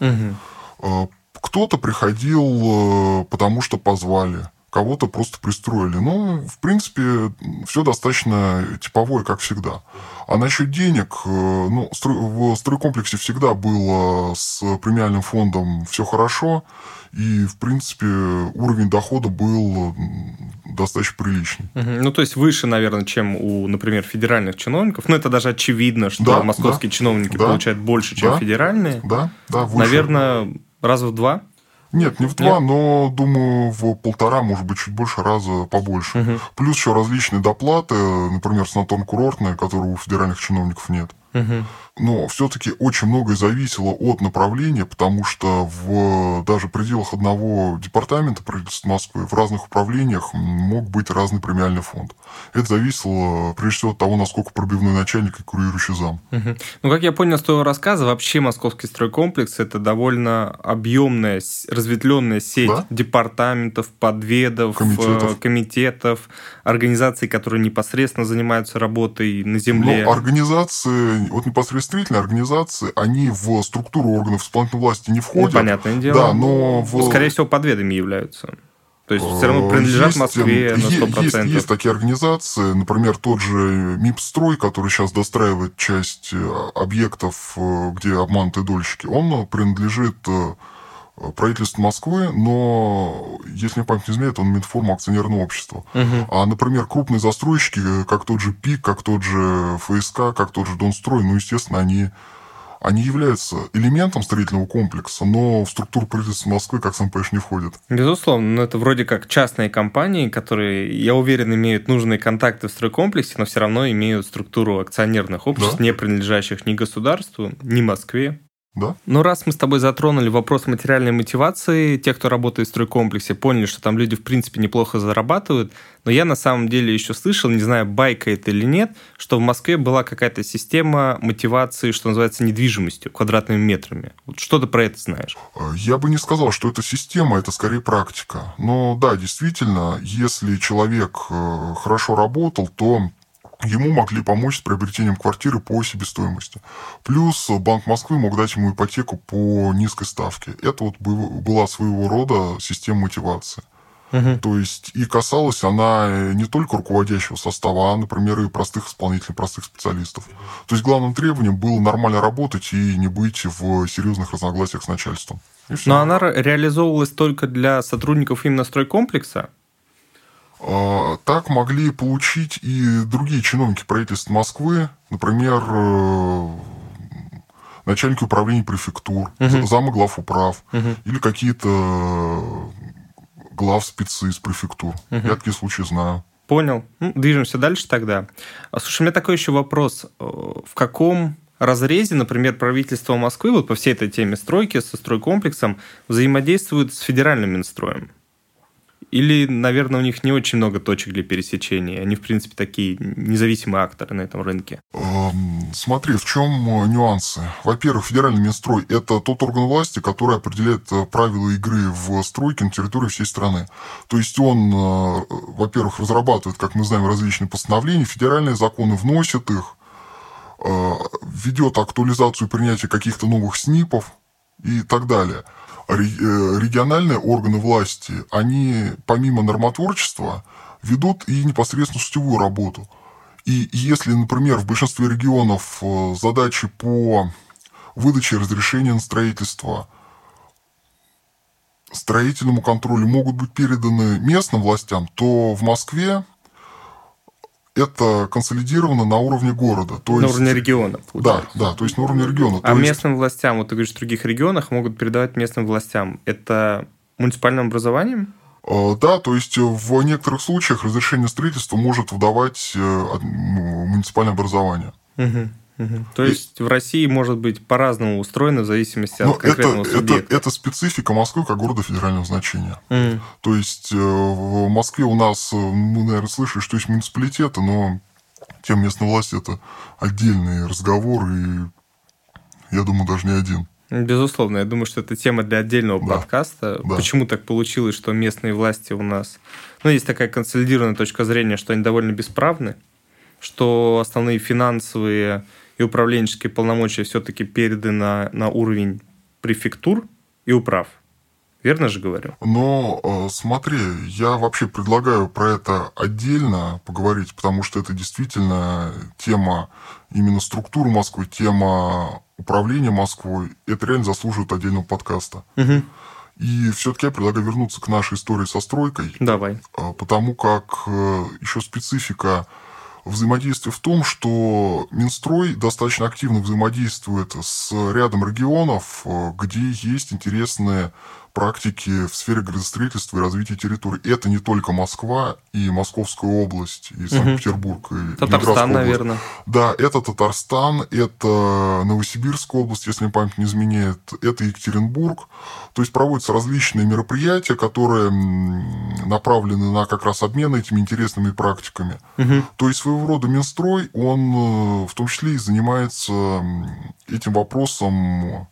Угу. Кто-то приходил, потому что позвали. Кого-то просто пристроили. Ну, в принципе, все достаточно типовое, как всегда. А насчет денег, ну, в стройкомплексе всегда было с премиальным фондом все хорошо, и, в принципе, уровень дохода был достаточно приличный. Угу. Ну, то есть выше, наверное, чем у, например, федеральных чиновников. Ну, это даже очевидно, что да, московские да, чиновники да, получают больше, чем да, федеральные. Да, да, выше. Наверное, раза в два? Нет, не в два, Нет? но, думаю, в полтора, может быть, чуть больше раза побольше. Угу. Плюс еще различные доплаты, например, санаторно-курортные, которых у федеральных чиновников нет. Угу. Но все-таки очень многое зависело от направления, потому что в даже пределах одного департамента правительства Москвы в разных управлениях мог быть разный премиальный фонд. Это зависело, прежде всего, от того, насколько пробивной начальник и курирующий зам. Угу. Ну, как я понял с твоего рассказа, вообще московский стройкомплекс – это довольно объемная, разветвленная сеть да? департаментов, подведов, комитетов. комитетов, организаций, которые непосредственно занимаются работой на земле. Но организации, вот непосредственно строительные организации, они в структуру органов исполнительной власти не входят. Ну, понятное дело. Да, но в... Скорее всего, подведами являются. То есть, все равно принадлежат есть, Москве на сто процентов. Есть, есть такие организации, например, тот же МИПСтрой, который сейчас достраивает часть объектов, где обманутые дольщики, он принадлежит правительству Москвы, но, если мне память не изменяет, он имеет форму акционерного общества. Угу. А, например, крупные застройщики, как тот же ПИК, как тот же ФСК, как тот же Донстрой, ну, естественно, они, они являются элементом строительного комплекса, но в структуру правительства Москвы, как сам понимаешь, не входят. Безусловно, но это вроде как частные компании, которые, я уверен, имеют нужные контакты в стройкомплексе, но все равно имеют структуру акционерных обществ, да? Не принадлежащих ни государству, ни Москве. Да. Ну, раз мы с тобой затронули вопрос материальной мотивации тех, кто работает в стройкомплексе, поняли, что там люди, в принципе, неплохо зарабатывают, но я на самом деле еще слышал, не знаю, байка это или нет, что в Москве была какая-то система мотивации, что называется, недвижимостью, квадратными метрами. Вот что ты про это знаешь? Я бы не сказал, что это система, это скорее практика. Но да, действительно, если человек хорошо работал, то ему могли помочь с приобретением квартиры по себестоимости. Плюс Банк Москвы мог дать ему ипотеку по низкой ставке. Это вот была своего рода система мотивации. Угу. То есть и касалась она не только руководящего состава, а, например, и простых исполнителей, простых специалистов. То есть главным требованием было нормально работать и не быть в серьезных разногласиях с начальством. Но она реализовывалась только для сотрудников именно стройкомплекса? Так могли получить и другие чиновники правительства Москвы, например, начальники управления префектур, угу. замы главуправ, угу. или какие-то главспецы из префектур. Угу. Я такие случаи знаю. Понял. Ну, движемся дальше тогда. Слушай, у меня такой еще вопрос. В каком разрезе, например, правительство Москвы вот по всей этой теме стройки со стройкомплексом взаимодействует с федеральным Минстроем? Или, наверное, у них не очень много точек для пересечения? Они, в принципе, такие независимые акторы на этом рынке. Смотри, в чем нюансы. Во-первых, федеральный Минстрой – это тот орган власти, который определяет правила игры в стройке на территории всей страны. То есть он, во-первых, разрабатывает, как мы знаем, различные постановления, федеральные законы, вносит их, ведет актуализацию и принятие каких-то новых СНИПов и так далее. Региональные органы власти, они помимо нормотворчества ведут и непосредственно сутевую работу. И если, например, в большинстве регионов задачи по выдаче разрешения на строительство, строительному контролю могут быть переданы местным властям, то в Москве это консолидировано на уровне города. То на есть, уровне региона. Да, да, то есть на уровне региона. А то местным есть... властям, вот ты говоришь, в других регионах могут передавать местным властям. Это муниципальным образованием? Да, то есть в некоторых случаях разрешение строительства может выдавать муниципальное образование. Угу. Угу. То есть и... в России может быть по-разному устроено в зависимости Но от конкретного это, субъекта. Это, это специфика Москвы как города федерального значения. Mm. То есть в Москве у нас, мы, наверное, слышали, что есть муниципалитеты, но тем местной власти это отдельный разговор, и я думаю, даже не один. Безусловно, я думаю, что это тема для отдельного да. подкаста. Да. Почему так получилось, что местные власти у нас... Ну, есть такая консолидированная точка зрения, что они довольно бесправны, что основные финансовые и управленческие полномочия все-таки переданы на, на уровень префектур и управ. Верно же говорю? Но смотри, я вообще предлагаю про это отдельно поговорить, потому что это действительно тема именно структуры Москвы, тема управления Москвой. Это реально заслуживает отдельного подкаста. Угу. И все-таки я предлагаю вернуться к нашей истории со стройкой. Давай. Потому как еще специфика взаимодействие в том, что Минстрой достаточно активно взаимодействует с рядом регионов, где есть интересные практики в сфере градостроительства и развития территорий. Это не только Москва и Московская область, и Санкт-Петербург, и Татарстан, наверное. Да, это Татарстан, это Новосибирская область, если мне память не изменяет, это Екатеринбург. То есть проводятся различные мероприятия, которые направлены на как раз обмен этими интересными практиками. Угу. То есть своего рода Минстрой, он в том числе и занимается этим вопросом.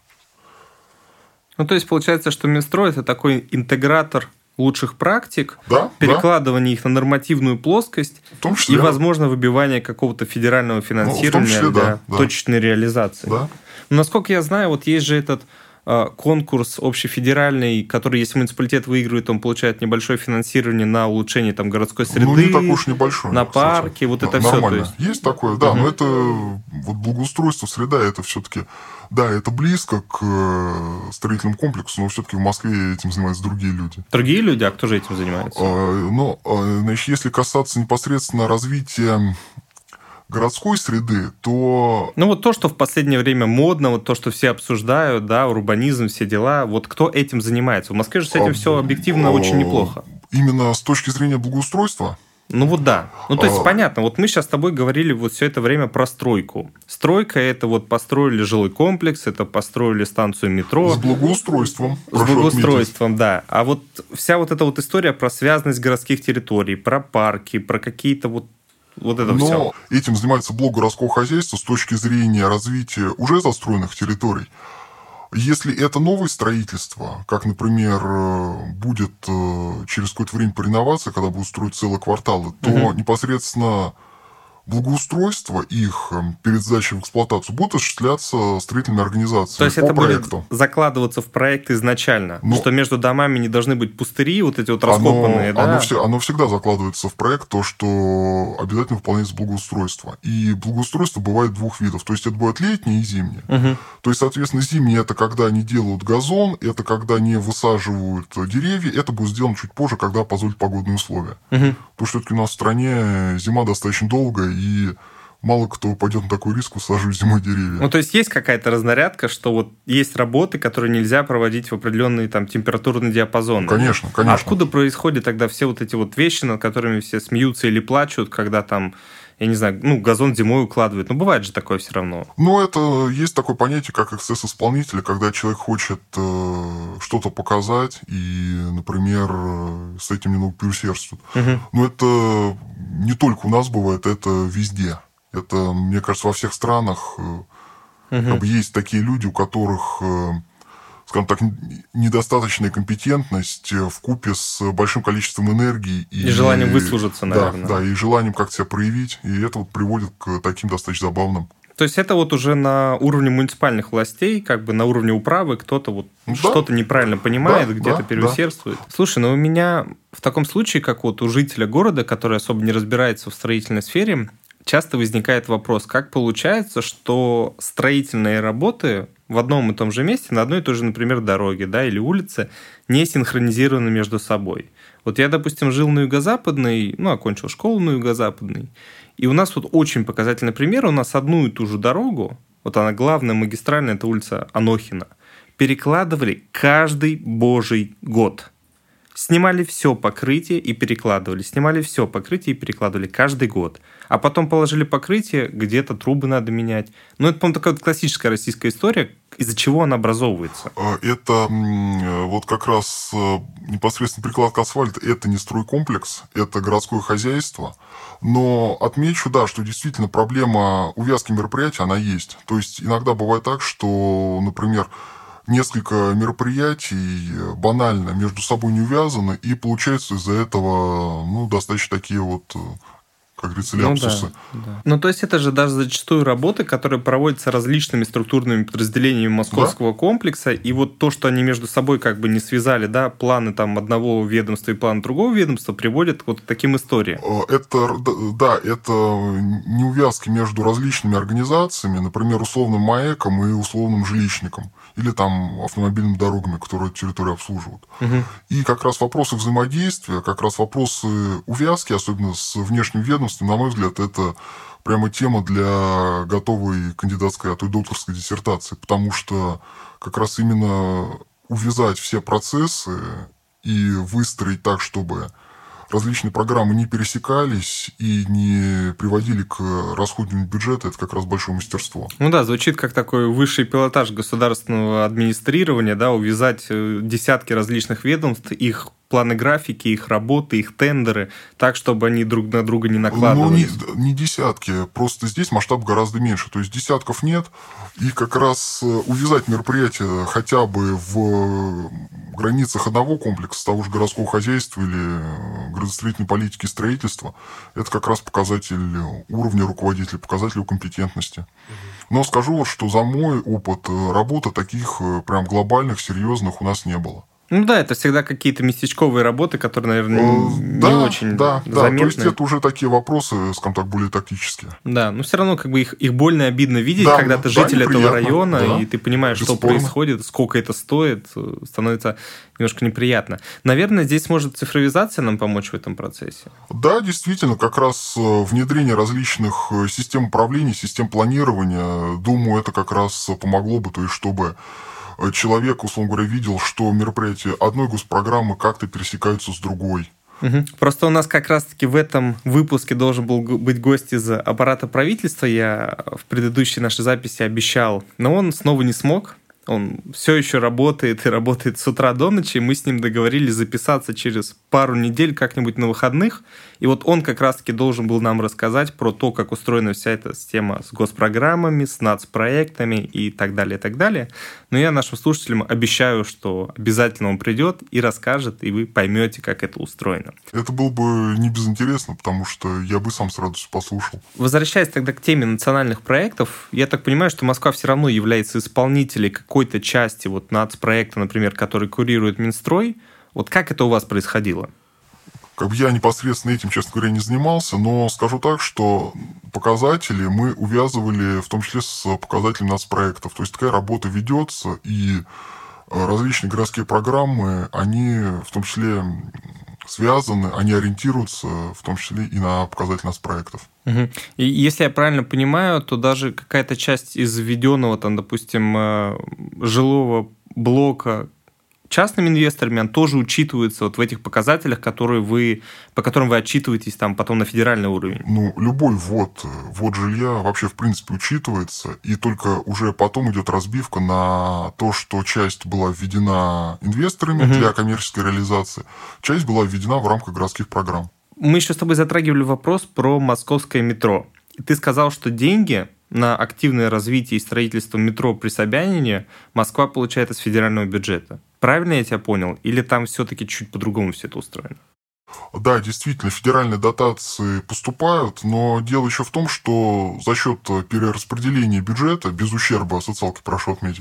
Ну, то есть, получается, что Минстрой – это такой интегратор лучших практик, да, перекладывание да. их на нормативную плоскость в том числе, и, возможно, выбивание какого-то федерального финансирования ну, числе, для да, точечной да. реализации. Да. Но, насколько я знаю, вот есть же этот э, конкурс общефедеральный, который, если муниципалитет выигрывает, он получает небольшое финансирование на улучшение там, городской среды, ну, не так уж небольшое, на парки, кстати. вот это Нормально. все. То есть... Есть такое, да, угу. но это вот благоустройство, среда, это все-таки... Да, это близко к строительному комплексу, но все-таки в Москве этим занимаются другие люди. Другие люди? А кто же этим занимается? А, ну, значит, если касаться непосредственно развития городской среды, то... Ну, вот то, что в последнее время модно, вот то, что все обсуждают, да, урбанизм, все дела, вот кто этим занимается? В Москве же с этим а, все объективно а, очень неплохо. Именно с точки зрения благоустройства? Ну вот да. Ну то есть а... понятно, вот мы сейчас с тобой говорили вот все это время про стройку. Стройка – это вот построили жилой комплекс, это построили станцию метро. С благоустройством. С благоустройством, отметить. Да. А вот вся вот эта вот история про связанность городских территорий, про парки, про какие-то вот Вот это Но все. Этим занимается блок городского хозяйства с точки зрения развития уже застроенных территорий. Если это новое строительство, как, например, будет через какое-то время по реновации, когда будут строить целые кварталы, то угу. непосредственно благоустройство их перед сдачей в эксплуатацию будет осуществляться строительными организациями. То есть по это проекту. Будет закладываться в проект изначально, Но что между домами не должны быть пустыри, вот эти вот оно, раскопанные. Да? Оно, все, оно всегда закладывается в проект, то, что обязательно выполняется благоустройство. И благоустройство бывает двух видов. То есть это бывает летнее и зимнее. Угу. То есть, соответственно, зимнее – это когда они делают газон, это когда не высаживают деревья, это будет сделано чуть позже, когда позволят погодные условия. Угу. Потому что все-таки у нас в стране зима достаточно долгая, и мало кто пойдет на такой риск, высаживать зимой деревья. Ну, то есть есть какая-то разнарядка, что вот есть работы, которые нельзя проводить в определенные там температурные диапазоны. Ну, конечно, конечно. А откуда происходят тогда все вот эти вот вещи, над которыми все смеются или плачут, когда там, я не знаю, ну, газон зимой укладывают? Ну, бывает же такое все равно. Ну, это есть такое понятие, как эксцесс исполнителя, когда человек хочет э, что-то показать и, например, с этим немного переусердствует. Угу. Но это не только у нас бывает, это везде. Это, мне кажется, во всех странах угу. как бы есть такие люди, у которых, скажем так, недостаточная компетентность вкупе с большим количеством энергии. И, и желанием выслужиться, наверное. Да, да, и желанием как-то себя проявить. И это вот приводит к таким достаточно забавным. То есть это вот уже на уровне муниципальных властей, как бы на уровне управы кто-то вот да. что-то неправильно понимает, да, где-то да, переусердствует. Да. Слушай, ну у меня в таком случае, как вот у жителя города, который особо не разбирается в строительной сфере, часто возникает вопрос, как получается, что строительные работы в одном и том же месте, на одной и той же, например, дороге, да, или улице, не синхронизированы между собой. Вот я, допустим, жил на Юго-Западной, ну, окончил школу на Юго-Западной, и у нас вот очень показательный пример, у нас одну и ту же дорогу, вот она главная магистральная, это улица Анохина, перекладывали каждый божий год. Снимали все покрытие и перекладывали. Снимали все покрытие и перекладывали каждый год. А потом положили покрытие, где-то трубы надо менять. Ну, это, по-моему, такая вот классическая российская история, из-за чего она образовывается. Это вот как раз непосредственно прикладка асфальта, это не стройкомплекс, это городское хозяйство. Но отмечу, да, что действительно проблема увязки мероприятий, она есть. То есть иногда бывает так, что, например, несколько мероприятий банально между собой не увязаны, и получается из-за этого ну, достаточно такие вот, как говорится, ляпсусы. Ну, да, да. Ну, то есть это же даже зачастую работы, которые проводятся различными структурными подразделениями московского да. комплекса, и вот то, что они между собой как бы не связали, да, планы там одного ведомства и планы другого ведомства приводят вот к таким историям. Это, да, это неувязки между различными организациями, например, условным МАЭКом и условным жилищником, или там автомобильными дорогами, которые эту территорию обслуживают. Угу. И как раз вопросы взаимодействия, как раз вопросы увязки, особенно с внешним ведомством, на мой взгляд, это прямо тема для готовой кандидатской, а то и докторской диссертации, потому что как раз именно увязать все процессы и выстроить так, чтобы различные программы не пересекались и не приводили к расходованию бюджета, это как раз большое мастерство. Ну да, звучит как такой высший пилотаж государственного администрирования, да, увязать десятки различных ведомств, их планы графики, их работы, их тендеры, так, чтобы они друг на друга не накладывались. Ну, не, не десятки, просто здесь масштаб гораздо меньше. То есть десятков нет, и как раз увязать мероприятие хотя бы в границах одного комплекса, того же городского хозяйства или градостроительной политики и строительства, это как раз показатель уровня руководителя, показатель его компетентности. Но скажу, что за мой опыт работы таких прям глобальных, серьезных у нас не было. Ну да, это всегда какие-то местечковые работы, которые, наверное, не да, очень да, заметны. Да, то есть это уже такие вопросы, скажем так, более тактические. Да, но все равно как бы их, их больно и обидно видеть, да, когда ты да, житель этого района, да, и ты понимаешь, бесспорно. Что происходит, сколько это стоит, становится немножко неприятно. Наверное, здесь может цифровизация нам помочь в этом процессе. Да, действительно, как раз внедрение различных систем управления, систем планирования, думаю, это как раз помогло бы, то есть чтобы человек, условно говоря, видел, что мероприятия одной госпрограммы как-то пересекаются с другой. Угу. Просто у нас как раз-таки в этом выпуске должен был быть гость из аппарата правительства. Я в предыдущей нашей записи обещал, но он снова не смог. Он все еще работает и работает с утра до ночи. Мы с ним договорились записаться через пару недель как-нибудь на выходных. И вот он как раз-таки должен был нам рассказать про то, как устроена вся эта система с госпрограммами, с нацпроектами и так далее, и так далее. Но я нашим слушателям обещаю, что обязательно он придет и расскажет, и вы поймете, как это устроено. Это было бы не безинтересно, потому что я бы сам с радостью послушал. Возвращаясь тогда к теме национальных проектов, я так понимаю, что Москва все равно является исполнителем какой-то части вот нацпроекта, например, который курирует Минстрой. Вот как это у вас происходило? Как бы я непосредственно этим, честно говоря, не занимался, но скажу так, что показатели мы увязывали в том числе с показателями нацпроектов. То есть такая работа ведется, и различные городские программы, они в том числе связаны, они ориентируются в том числе и на показатели нацпроектов. Угу. И если я правильно понимаю, то даже какая-то часть из введенного, там, допустим, жилого блока частными инвесторами, он тоже учитывается вот в этих показателях, которые вы, по которым вы отчитываетесь там потом на федеральный уровень? Ну, любой ввод, ввод жилья вообще в принципе учитывается, и только уже потом идет разбивка на то, что часть была введена инвесторами угу. для коммерческой реализации, часть была введена в рамках городских программ. Мы еще с тобой затрагивали вопрос про московское метро. И ты сказал, что деньги на активное развитие и строительство метро при Собянине Москва получает из федерального бюджета. Правильно я тебя понял? Или там все-таки чуть по-другому все это устроено? Да, действительно, федеральные дотации поступают, но дело еще в том, что за счет перераспределения бюджета, без ущерба социалки, прошу отметить,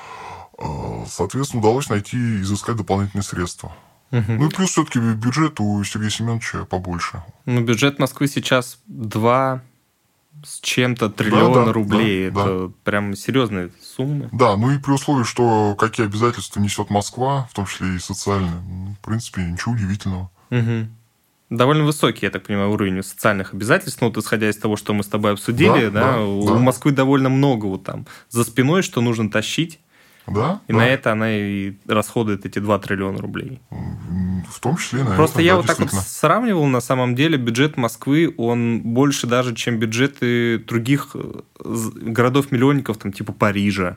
соответственно, удалось найти и изыскать дополнительные средства. Угу. Ну и плюс все-таки бюджет у Сергея Семеновича побольше. Ну, бюджет Москвы сейчас два с чем-то триллиона да, да, рублей. Да, это да. прям серьезные суммы. Да, ну и при условии, что какие обязательства несет Москва, в том числе и социальные, ну, в принципе, ничего удивительного. Угу. Довольно высокий, я так понимаю, уровень социальных обязательств. Ну, вот исходя из того, что мы с тобой обсудили, да, да, да, у да. Москвы довольно много вот там за спиной, что нужно тащить. Да, и да. на это она и расходует эти два триллиона рублей. В том числе, наверное. Просто я да, вот так вот сравнивал, на самом деле, бюджет Москвы, он больше даже, чем бюджеты других городов-миллионников, там, типа Парижа,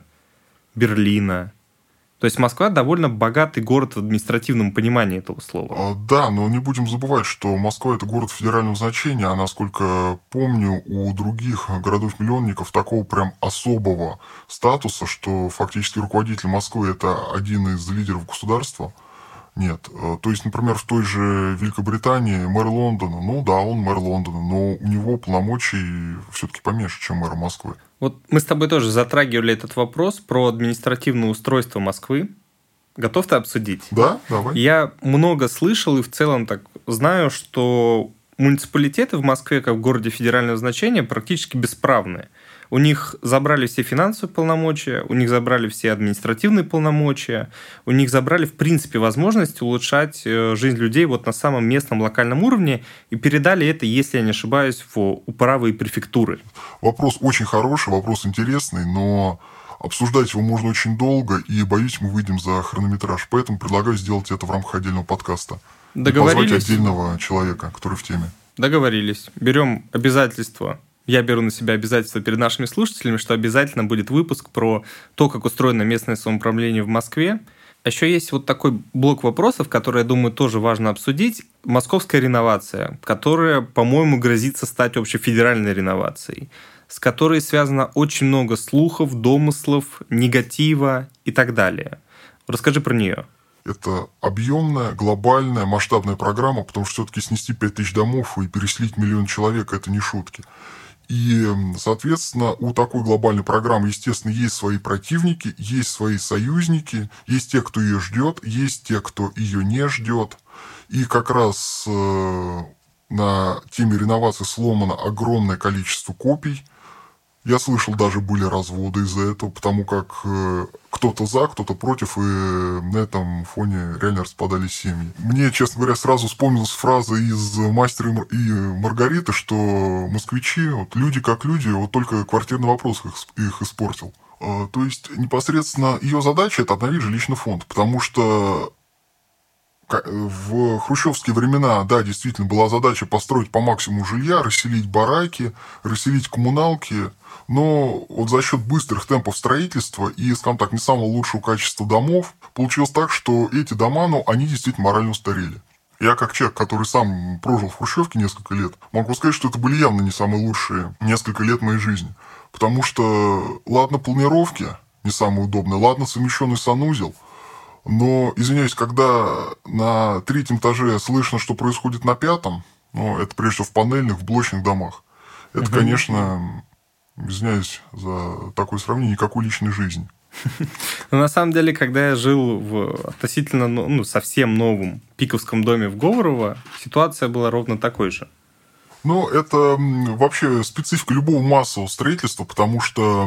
Берлина. То есть Москва довольно богатый город в административном понимании этого слова. Да, но не будем забывать, что Москва – это город федерального значения, а насколько помню, у других городов-миллионников такого прям особого статуса, что фактически руководитель Москвы – это один из лидеров государства. Нет. То есть, например, в той же Великобритании мэр Лондона, ну да, он мэр Лондона, но у него полномочий все-таки поменьше, чем мэра Москвы. Вот мы с тобой тоже затрагивали этот вопрос про административное устройство Москвы. Готов ты обсудить? Да, давай. Я много слышал и в целом так знаю, что муниципалитеты в Москве, как в городе федерального значения, практически бесправные. У них забрали все финансовые полномочия, у них забрали все административные полномочия, у них забрали, в принципе, возможность улучшать жизнь людей вот на самом местном локальном уровне и передали это, если я не ошибаюсь, в управы и префектуры. Вопрос очень хороший, вопрос интересный, но обсуждать его можно очень долго, и, боюсь, мы выйдем за хронометраж. Поэтому предлагаю сделать это в рамках отдельного подкаста. Договорились? И позвать отдельного человека, который в теме. Договорились. Берем обязательства. Я беру на себя обязательства перед нашими слушателями, что обязательно будет выпуск про то, как устроено местное самоуправление в Москве. А еще есть вот такой блок вопросов, который, я думаю, тоже важно обсудить. Московская реновация, которая, по-моему, грозится стать общефедеральной реновацией, с которой связано очень много слухов, домыслов, негатива и так далее. Расскажи про нее. Это объемная, глобальная, масштабная программа, потому что все-таки снести пять тысяч домов и переселить миллион человек – это не шутки. И, соответственно, у такой глобальной программы, естественно, есть свои противники, есть свои союзники, есть те, кто ее ждет, есть те, кто ее не ждет. И как раз на теме реновации сломано огромное количество копий. Я слышал, даже были разводы из-за этого, потому как кто-то за, кто-то против, и на этом фоне реально распадались семьи. Мне, честно говоря, сразу вспомнилась фраза из «Мастера и Маргариты», что москвичи, вот, люди как люди, вот только квартирный вопрос их, их испортил. То есть непосредственно ее задача – это обновить жилищный фонд, потому что В хрущевские времена, да, действительно, была задача построить по максимуму жилья, расселить бараки, расселить коммуналки, но вот за счет быстрых темпов строительства и, скажем так, не самого лучшего качества домов, получилось так, что эти дома, ну, они действительно морально устарели. Я, как человек, который сам прожил в хрущевке несколько лет, могу сказать, что это были явно не самые лучшие несколько лет моей жизни. Потому что, ладно, планировки не самые удобные, ладно, совмещенный санузел, но, извиняюсь, когда на третьем этаже слышно, что происходит на пятом, ну, это прежде всего в панельных, в блочных домах, это, угу. конечно, извиняюсь за такое сравнение, никакой личной жизни. Но на самом деле, когда я жил в относительно ну, совсем новом пиковском доме в Говорово, ситуация была ровно такой же. Ну, это вообще специфика любого массового строительства, потому что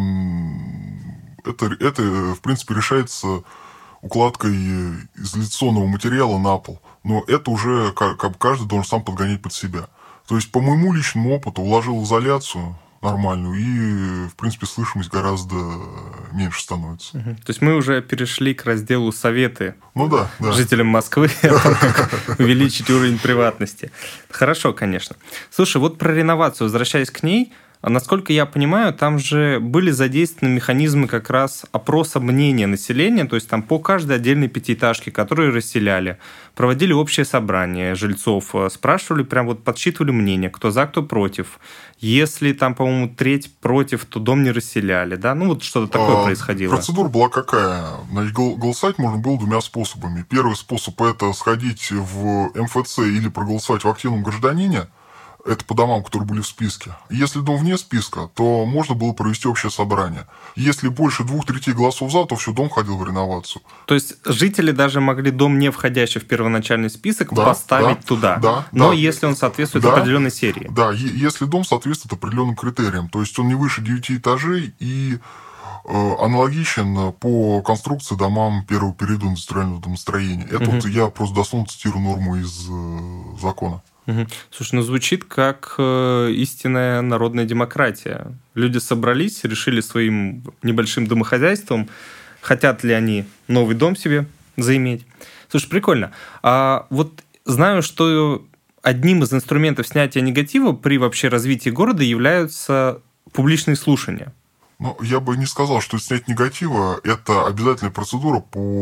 это, это в принципе, решается укладкой изоляционного материала на пол. Но это уже как бы каждый должен сам подгонять под себя. То есть, по моему личному опыту, уложил изоляцию нормальную, и, в принципе, слышимость гораздо меньше становится. Угу. То есть мы уже перешли к разделу советы ну, да, да. жителям Москвы о том, как увеличить уровень приватности. Хорошо, конечно. Слушай, вот про реновацию, возвращаясь к ней, насколько я понимаю, там же были задействованы механизмы как раз опроса мнения населения, то есть там по каждой отдельной пятиэтажке, которые расселяли, проводили общее собрание жильцов, спрашивали, прям вот подсчитывали мнение, кто за, кто против. Если там, по-моему, треть против, то дом не расселяли, да? Ну, вот что-то такое а, происходило. Процедура была какая? Значит, голосовать можно было двумя способами. Первый способ – это сходить в эм эф цэ или проголосовать в активном гражданине. Это по домам, которые были в списке. Если дом вне списка, то можно было провести общее собрание. Если больше двух третей голосов за, то все, дом ходил в реновацию. То есть жители даже могли дом, не входящий в первоначальный список, да, поставить да, туда. Да, но да. если он соответствует да, определенной серии. Да, если дом соответствует определенным критериям. То есть он не выше девяти этажей и э, аналогичен по конструкции домам первого периода индустриального домостроения. Это угу. вот я просто дословно цитирую норму из э, закона. Угу. Слушай, ну звучит как э, истинная народная демократия. Люди собрались, решили своим небольшим домохозяйством, хотят ли они новый дом себе заиметь. Слушай, прикольно. А вот знаю, что одним из инструментов снятия негатива при вообще развитии города являются публичные слушания. Ну, я бы не сказал, что снять негатива – это обязательная процедура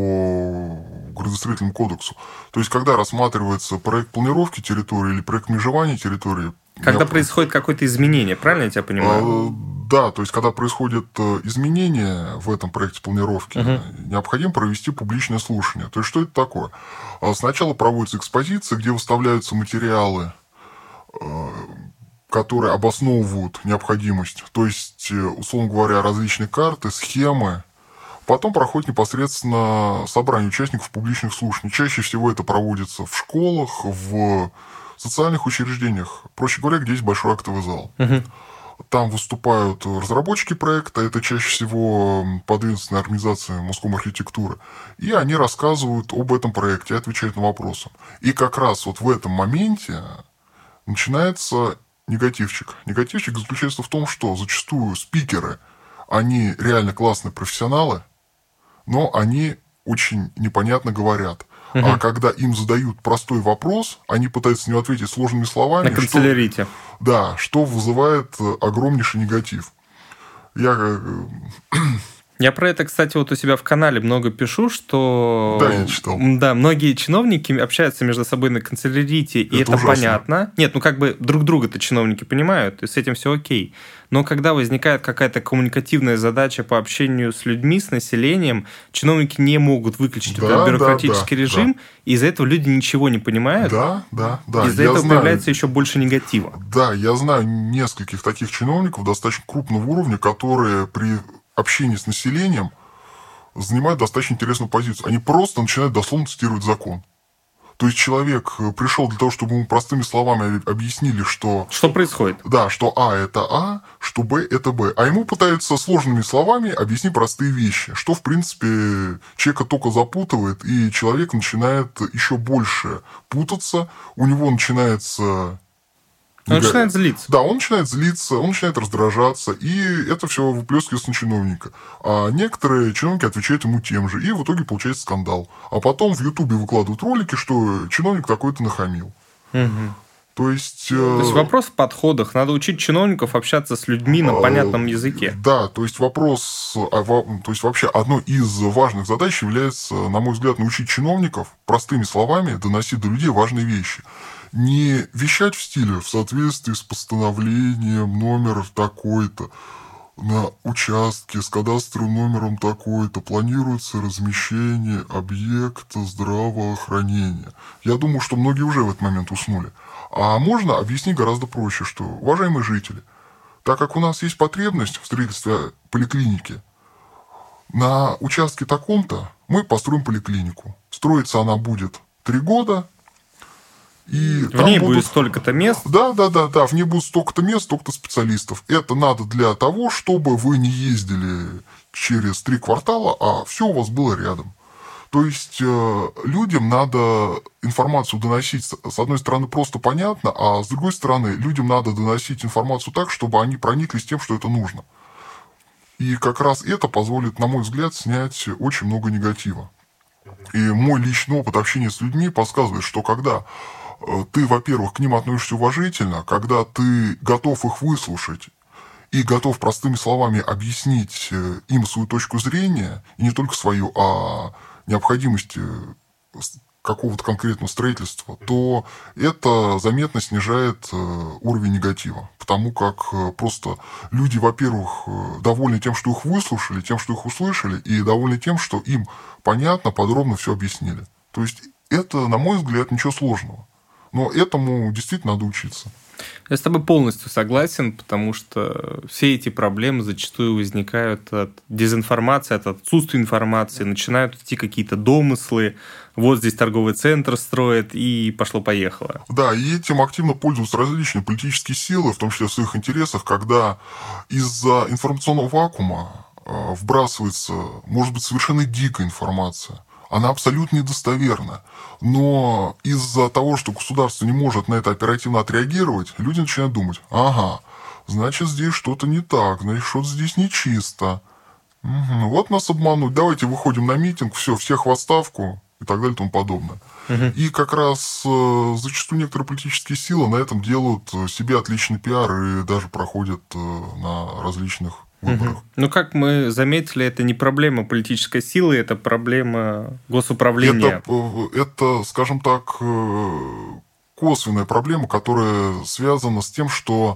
по градостроительному кодексу. То есть, когда рассматривается проект планировки территории или проект межевания территории… Когда необх... происходит какое-то изменение, правильно я тебя понимаю? А, да, то есть, когда происходит изменение в этом проекте планировки, угу. необходимо провести публичное слушание. То есть, что это такое? Сначала проводится экспозиция, где выставляются материалы, которые обосновывают необходимость, то есть, условно говоря, различные карты, схемы. Потом проходит непосредственно собрание участников публичных слушаний. Чаще всего это проводится в школах, в социальных учреждениях, проще говоря, где есть большой актовый зал. Угу. Там выступают разработчики проекта, это чаще всего подведомственные организации Моском архитектуры, и они рассказывают об этом проекте, отвечают на вопросы. И как раз вот в этом моменте начинается негативчик. Негативчик заключается в том, что зачастую спикеры, они реально классные профессионалы, но они очень непонятно говорят. Угу. А когда им задают простой вопрос, они пытаются на него ответить сложными словами. На канцелярите. Что, да, что вызывает огромнейший негатив. Я... Я про это, кстати, вот у себя в канале много пишу, что... Да, я читал. Да, многие чиновники общаются между собой на канцелярите, и это, это понятно. Нет, ну как бы друг друга-то чиновники понимают, и с этим все окей. Но когда возникает какая-то коммуникативная задача по общению с людьми, с населением, чиновники не могут выключить да, этот бюрократический да, режим, да. и из-за этого люди ничего не понимают. Да, да, да. Из-за я этого знаю, появляется еще больше негатива. Да, я знаю нескольких таких чиновников достаточно крупного уровня, которые при общении с населением занимают достаточно интересную позицию. Они просто начинают дословно цитировать закон. То есть человек пришел для того, чтобы ему простыми словами объяснили, что... Что происходит? Да, что А – это А, что Б – это Б. А ему пытаются сложными словами объяснить простые вещи, что, в принципе, человека только запутывает, и человек начинает еще больше путаться, у него начинается Он начинает злиться. Да, он начинает злиться, он начинает раздражаться, и это все выплескивается на чиновника. А некоторые чиновники отвечают ему тем же, и в итоге получается скандал. А потом в Ютубе выкладывают ролики, что чиновник такой-то нахамил. Угу. То есть... То есть вопрос в подходах. Надо учить чиновников общаться с людьми на понятном языке. Да, то есть вопрос... То есть вообще одной из важных задач является, на мой взгляд, научить чиновников простыми словами доносить до людей важные вещи. Не вещать в стиле в соответствии с постановлением номер такой-то на участке с кадастровым номером такой-то планируется размещение объекта здравоохранения. Я думаю, что многие уже в этот момент уснули. А можно объяснить гораздо проще, что, уважаемые жители, так как у нас есть потребность в строительстве поликлиники, на участке таком-то мы построим поликлинику. Строиться она будет три года. И в ней будут... будет столько-то мест. Да, да, да, да. В ней будет столько-то мест, столько-то специалистов. Это надо для того, чтобы вы не ездили через три квартала, а все у вас было рядом. То есть э, людям надо информацию доносить, с одной стороны, просто понятно, а с другой стороны, людям надо доносить информацию так, чтобы они прониклись тем, что это нужно. И как раз это позволит, на мой взгляд, снять очень много негатива. И мой личный опыт общения с людьми подсказывает, что когда ты, во-первых, к ним относишься уважительно, когда ты готов их выслушать и готов простыми словами объяснить им свою точку зрения, и не только свою, а необходимости какого-то конкретного строительства, то это заметно снижает уровень негатива. Потому как просто люди, во-первых, довольны тем, что их выслушали, тем, что их услышали, и довольны тем, что им понятно, подробно все объяснили. То есть это, на мой взгляд, ничего сложного. Но этому действительно надо учиться. Я с тобой полностью согласен, потому что все эти проблемы зачастую возникают от дезинформации, от отсутствия информации, начинают идти какие-то домыслы, вот здесь торговый центр строят, и пошло-поехало. Да, и этим активно пользуются различные политические силы, в том числе в своих интересах, когда из-за информационного вакуума вбрасывается, может быть, совершенно дикая информация. Она абсолютно недостоверна. Но из-за того, что государство не может на это оперативно отреагировать, люди начинают думать, ага, значит, здесь что-то не так, значит, что-то здесь нечисто. Угу, вот нас обмануть, давайте выходим на митинг, все, всех в отставку и так далее и тому подобное. Угу. И как раз э, зачастую некоторые политические силы на этом делают себе отличный пиар и даже проходят э, на различных выборах. Угу. Ну, как мы заметили, это не проблема политической силы, это проблема госуправления. Это, это, скажем так, косвенная проблема, которая связана с тем, что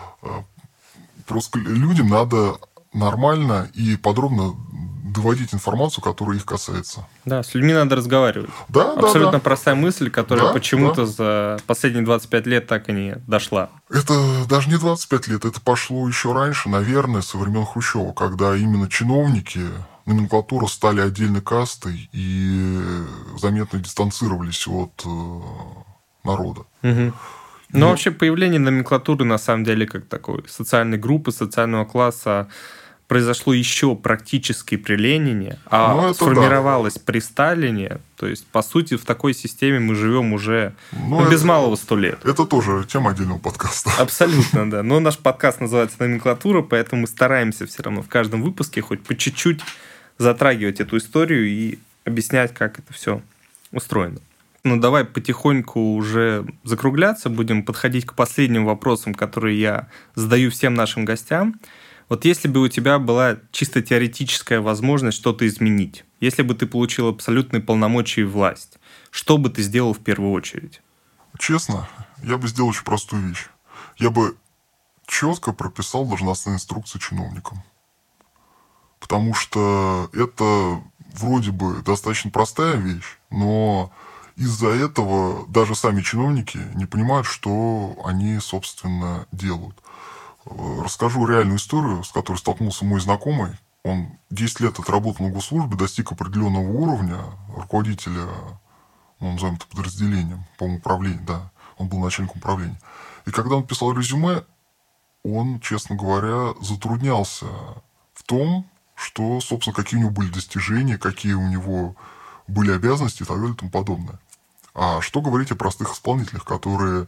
просто людям надо нормально и подробно доводить информацию, которая их касается. Да, с людьми надо разговаривать. Да, Абсолютно да, да. простая мысль, которая да, почему-то да. за последние двадцать пять лет так и не дошла. Это даже не двадцать пять лет, это пошло еще раньше, наверное, со времен Хрущева, когда именно чиновники, номенклатура стали отдельной кастой и заметно дистанцировались от народа. Угу. Но ну, вообще появление номенклатуры, на самом деле, как такой социальной группы, социального класса, произошло еще практически при Ленине, а ну, сформировалось да. при Сталине. То есть, по сути, в такой системе мы живем уже ну, ну, без это, малого сто лет. Это тоже тема отдельного подкаста. Абсолютно, да. Но наш подкаст называется «Номенклатура», поэтому мы стараемся все равно в каждом выпуске хоть по чуть-чуть затрагивать эту историю и объяснять, как это все устроено. Ну, давай потихоньку уже закругляться, будем подходить к последним вопросам, которые я задаю всем нашим гостям. Вот если бы у тебя была чисто теоретическая возможность что-то изменить, если бы ты получил абсолютные полномочия и власть, что бы ты сделал в первую очередь? Честно, я бы сделал очень простую вещь. Я бы четко прописал должностные инструкции чиновникам. Потому что это вроде бы достаточно простая вещь, но из-за этого даже сами чиновники не понимают, что они, собственно, делают. Расскажу реальную историю, с которой столкнулся мой знакомый. Он десять лет отработал на госслужбе, достиг определенного уровня руководителя, ну, назовем это подразделением, по-моему, управления, да, он был начальником управления. И когда он писал резюме, он, честно говоря, затруднялся в том, что, собственно, какие у него были достижения, какие у него были обязанности и так далее и тому подобное. А что говорить о простых исполнителях, которые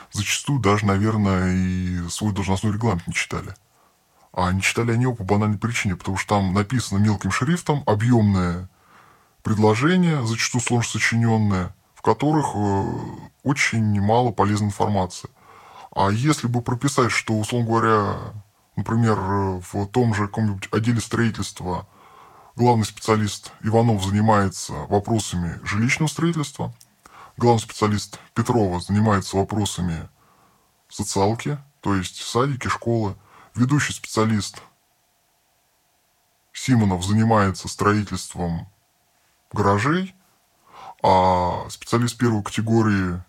зачастую даже, наверное, и свой должностной регламент не читали. А не читали они его по банальной причине, потому что там написано мелким шрифтом объемное предложение, зачастую сложно сочиненное, в которых очень мало полезной информации. А если бы прописать, что, условно говоря, например, в том же каком-нибудь отделе строительства главный специалист Иванов занимается вопросами жилищного строительства, главный специалист Петрова занимается вопросами социалки, то есть садики, школы, ведущий специалист Симонов занимается строительством гаражей, а специалист первой категории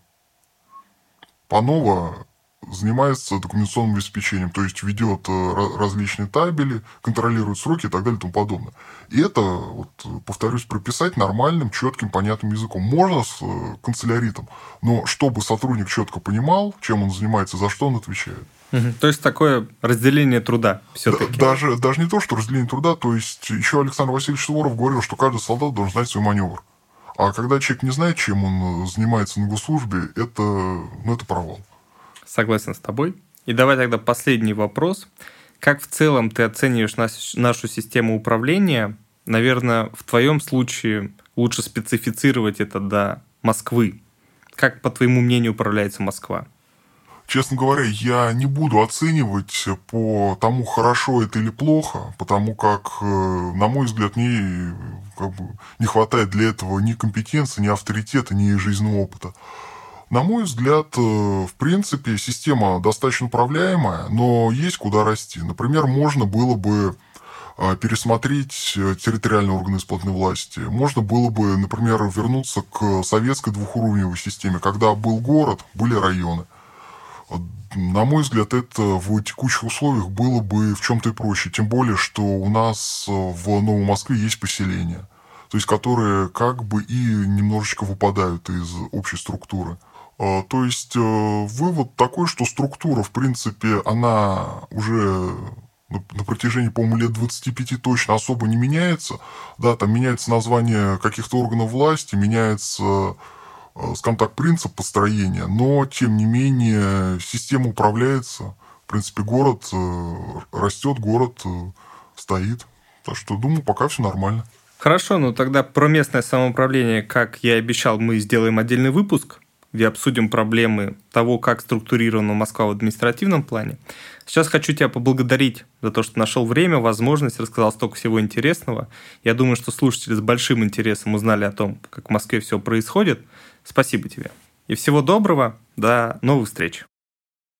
Панова занимается документационным обеспечением, то есть ведет различные табели, контролирует сроки и так далее и тому подобное. И это, вот, повторюсь, прописать нормальным, четким, понятным языком. Можно с канцеляритом, но чтобы сотрудник четко понимал, чем он занимается, за что он отвечает. Угу. То есть такое разделение труда все-таки. Даже, даже не то, что разделение труда, то есть еще Александр Васильевич Суворов говорил, что каждый солдат должен знать свой маневр. А когда человек не знает, чем он занимается на госслужбе, это, ну, это провал. Согласен с тобой. И давай тогда последний вопрос. Как в целом ты оцениваешь нашу систему управления? Наверное, в твоем случае лучше специфицировать это до Москвы. Как, по твоему мнению, управляется Москва? Честно говоря, я не буду оценивать по тому, хорошо это или плохо, потому как, на мой взгляд, мне как бы не хватает для этого ни компетенции, ни авторитета, ни жизненного опыта. На мой взгляд, в принципе, система достаточно управляемая, но есть куда расти. Например, можно было бы пересмотреть территориальные органы исполнительной власти. Можно было бы, например, вернуться к советской двухуровневой системе, когда был город, были районы. На мой взгляд, это в текущих условиях было бы в чем-то и проще. Тем более, что у нас в Новой Москве есть поселения, то есть которые как бы и немножечко выпадают из общей структуры. То есть вывод такой, что структура, в принципе, она уже на протяжении, по-моему, лет двадцати пяти точно особо не меняется. Да, там меняется название каких-то органов власти, меняется, скажем так, принцип построения, но, тем не менее, система управляется. В принципе, город растет, город стоит. Так что, думаю, пока все нормально. Хорошо, ну тогда про местное самоуправление, как я и обещал, мы сделаем отдельный выпуск, где обсудим проблемы того, как структурирована Москва в административном плане. Сейчас хочу тебя поблагодарить за то, что нашел время, возможность, рассказал столько всего интересного. Я думаю, что слушатели с большим интересом узнали о том, как в Москве все происходит. Спасибо тебе. И всего доброго. До новых встреч.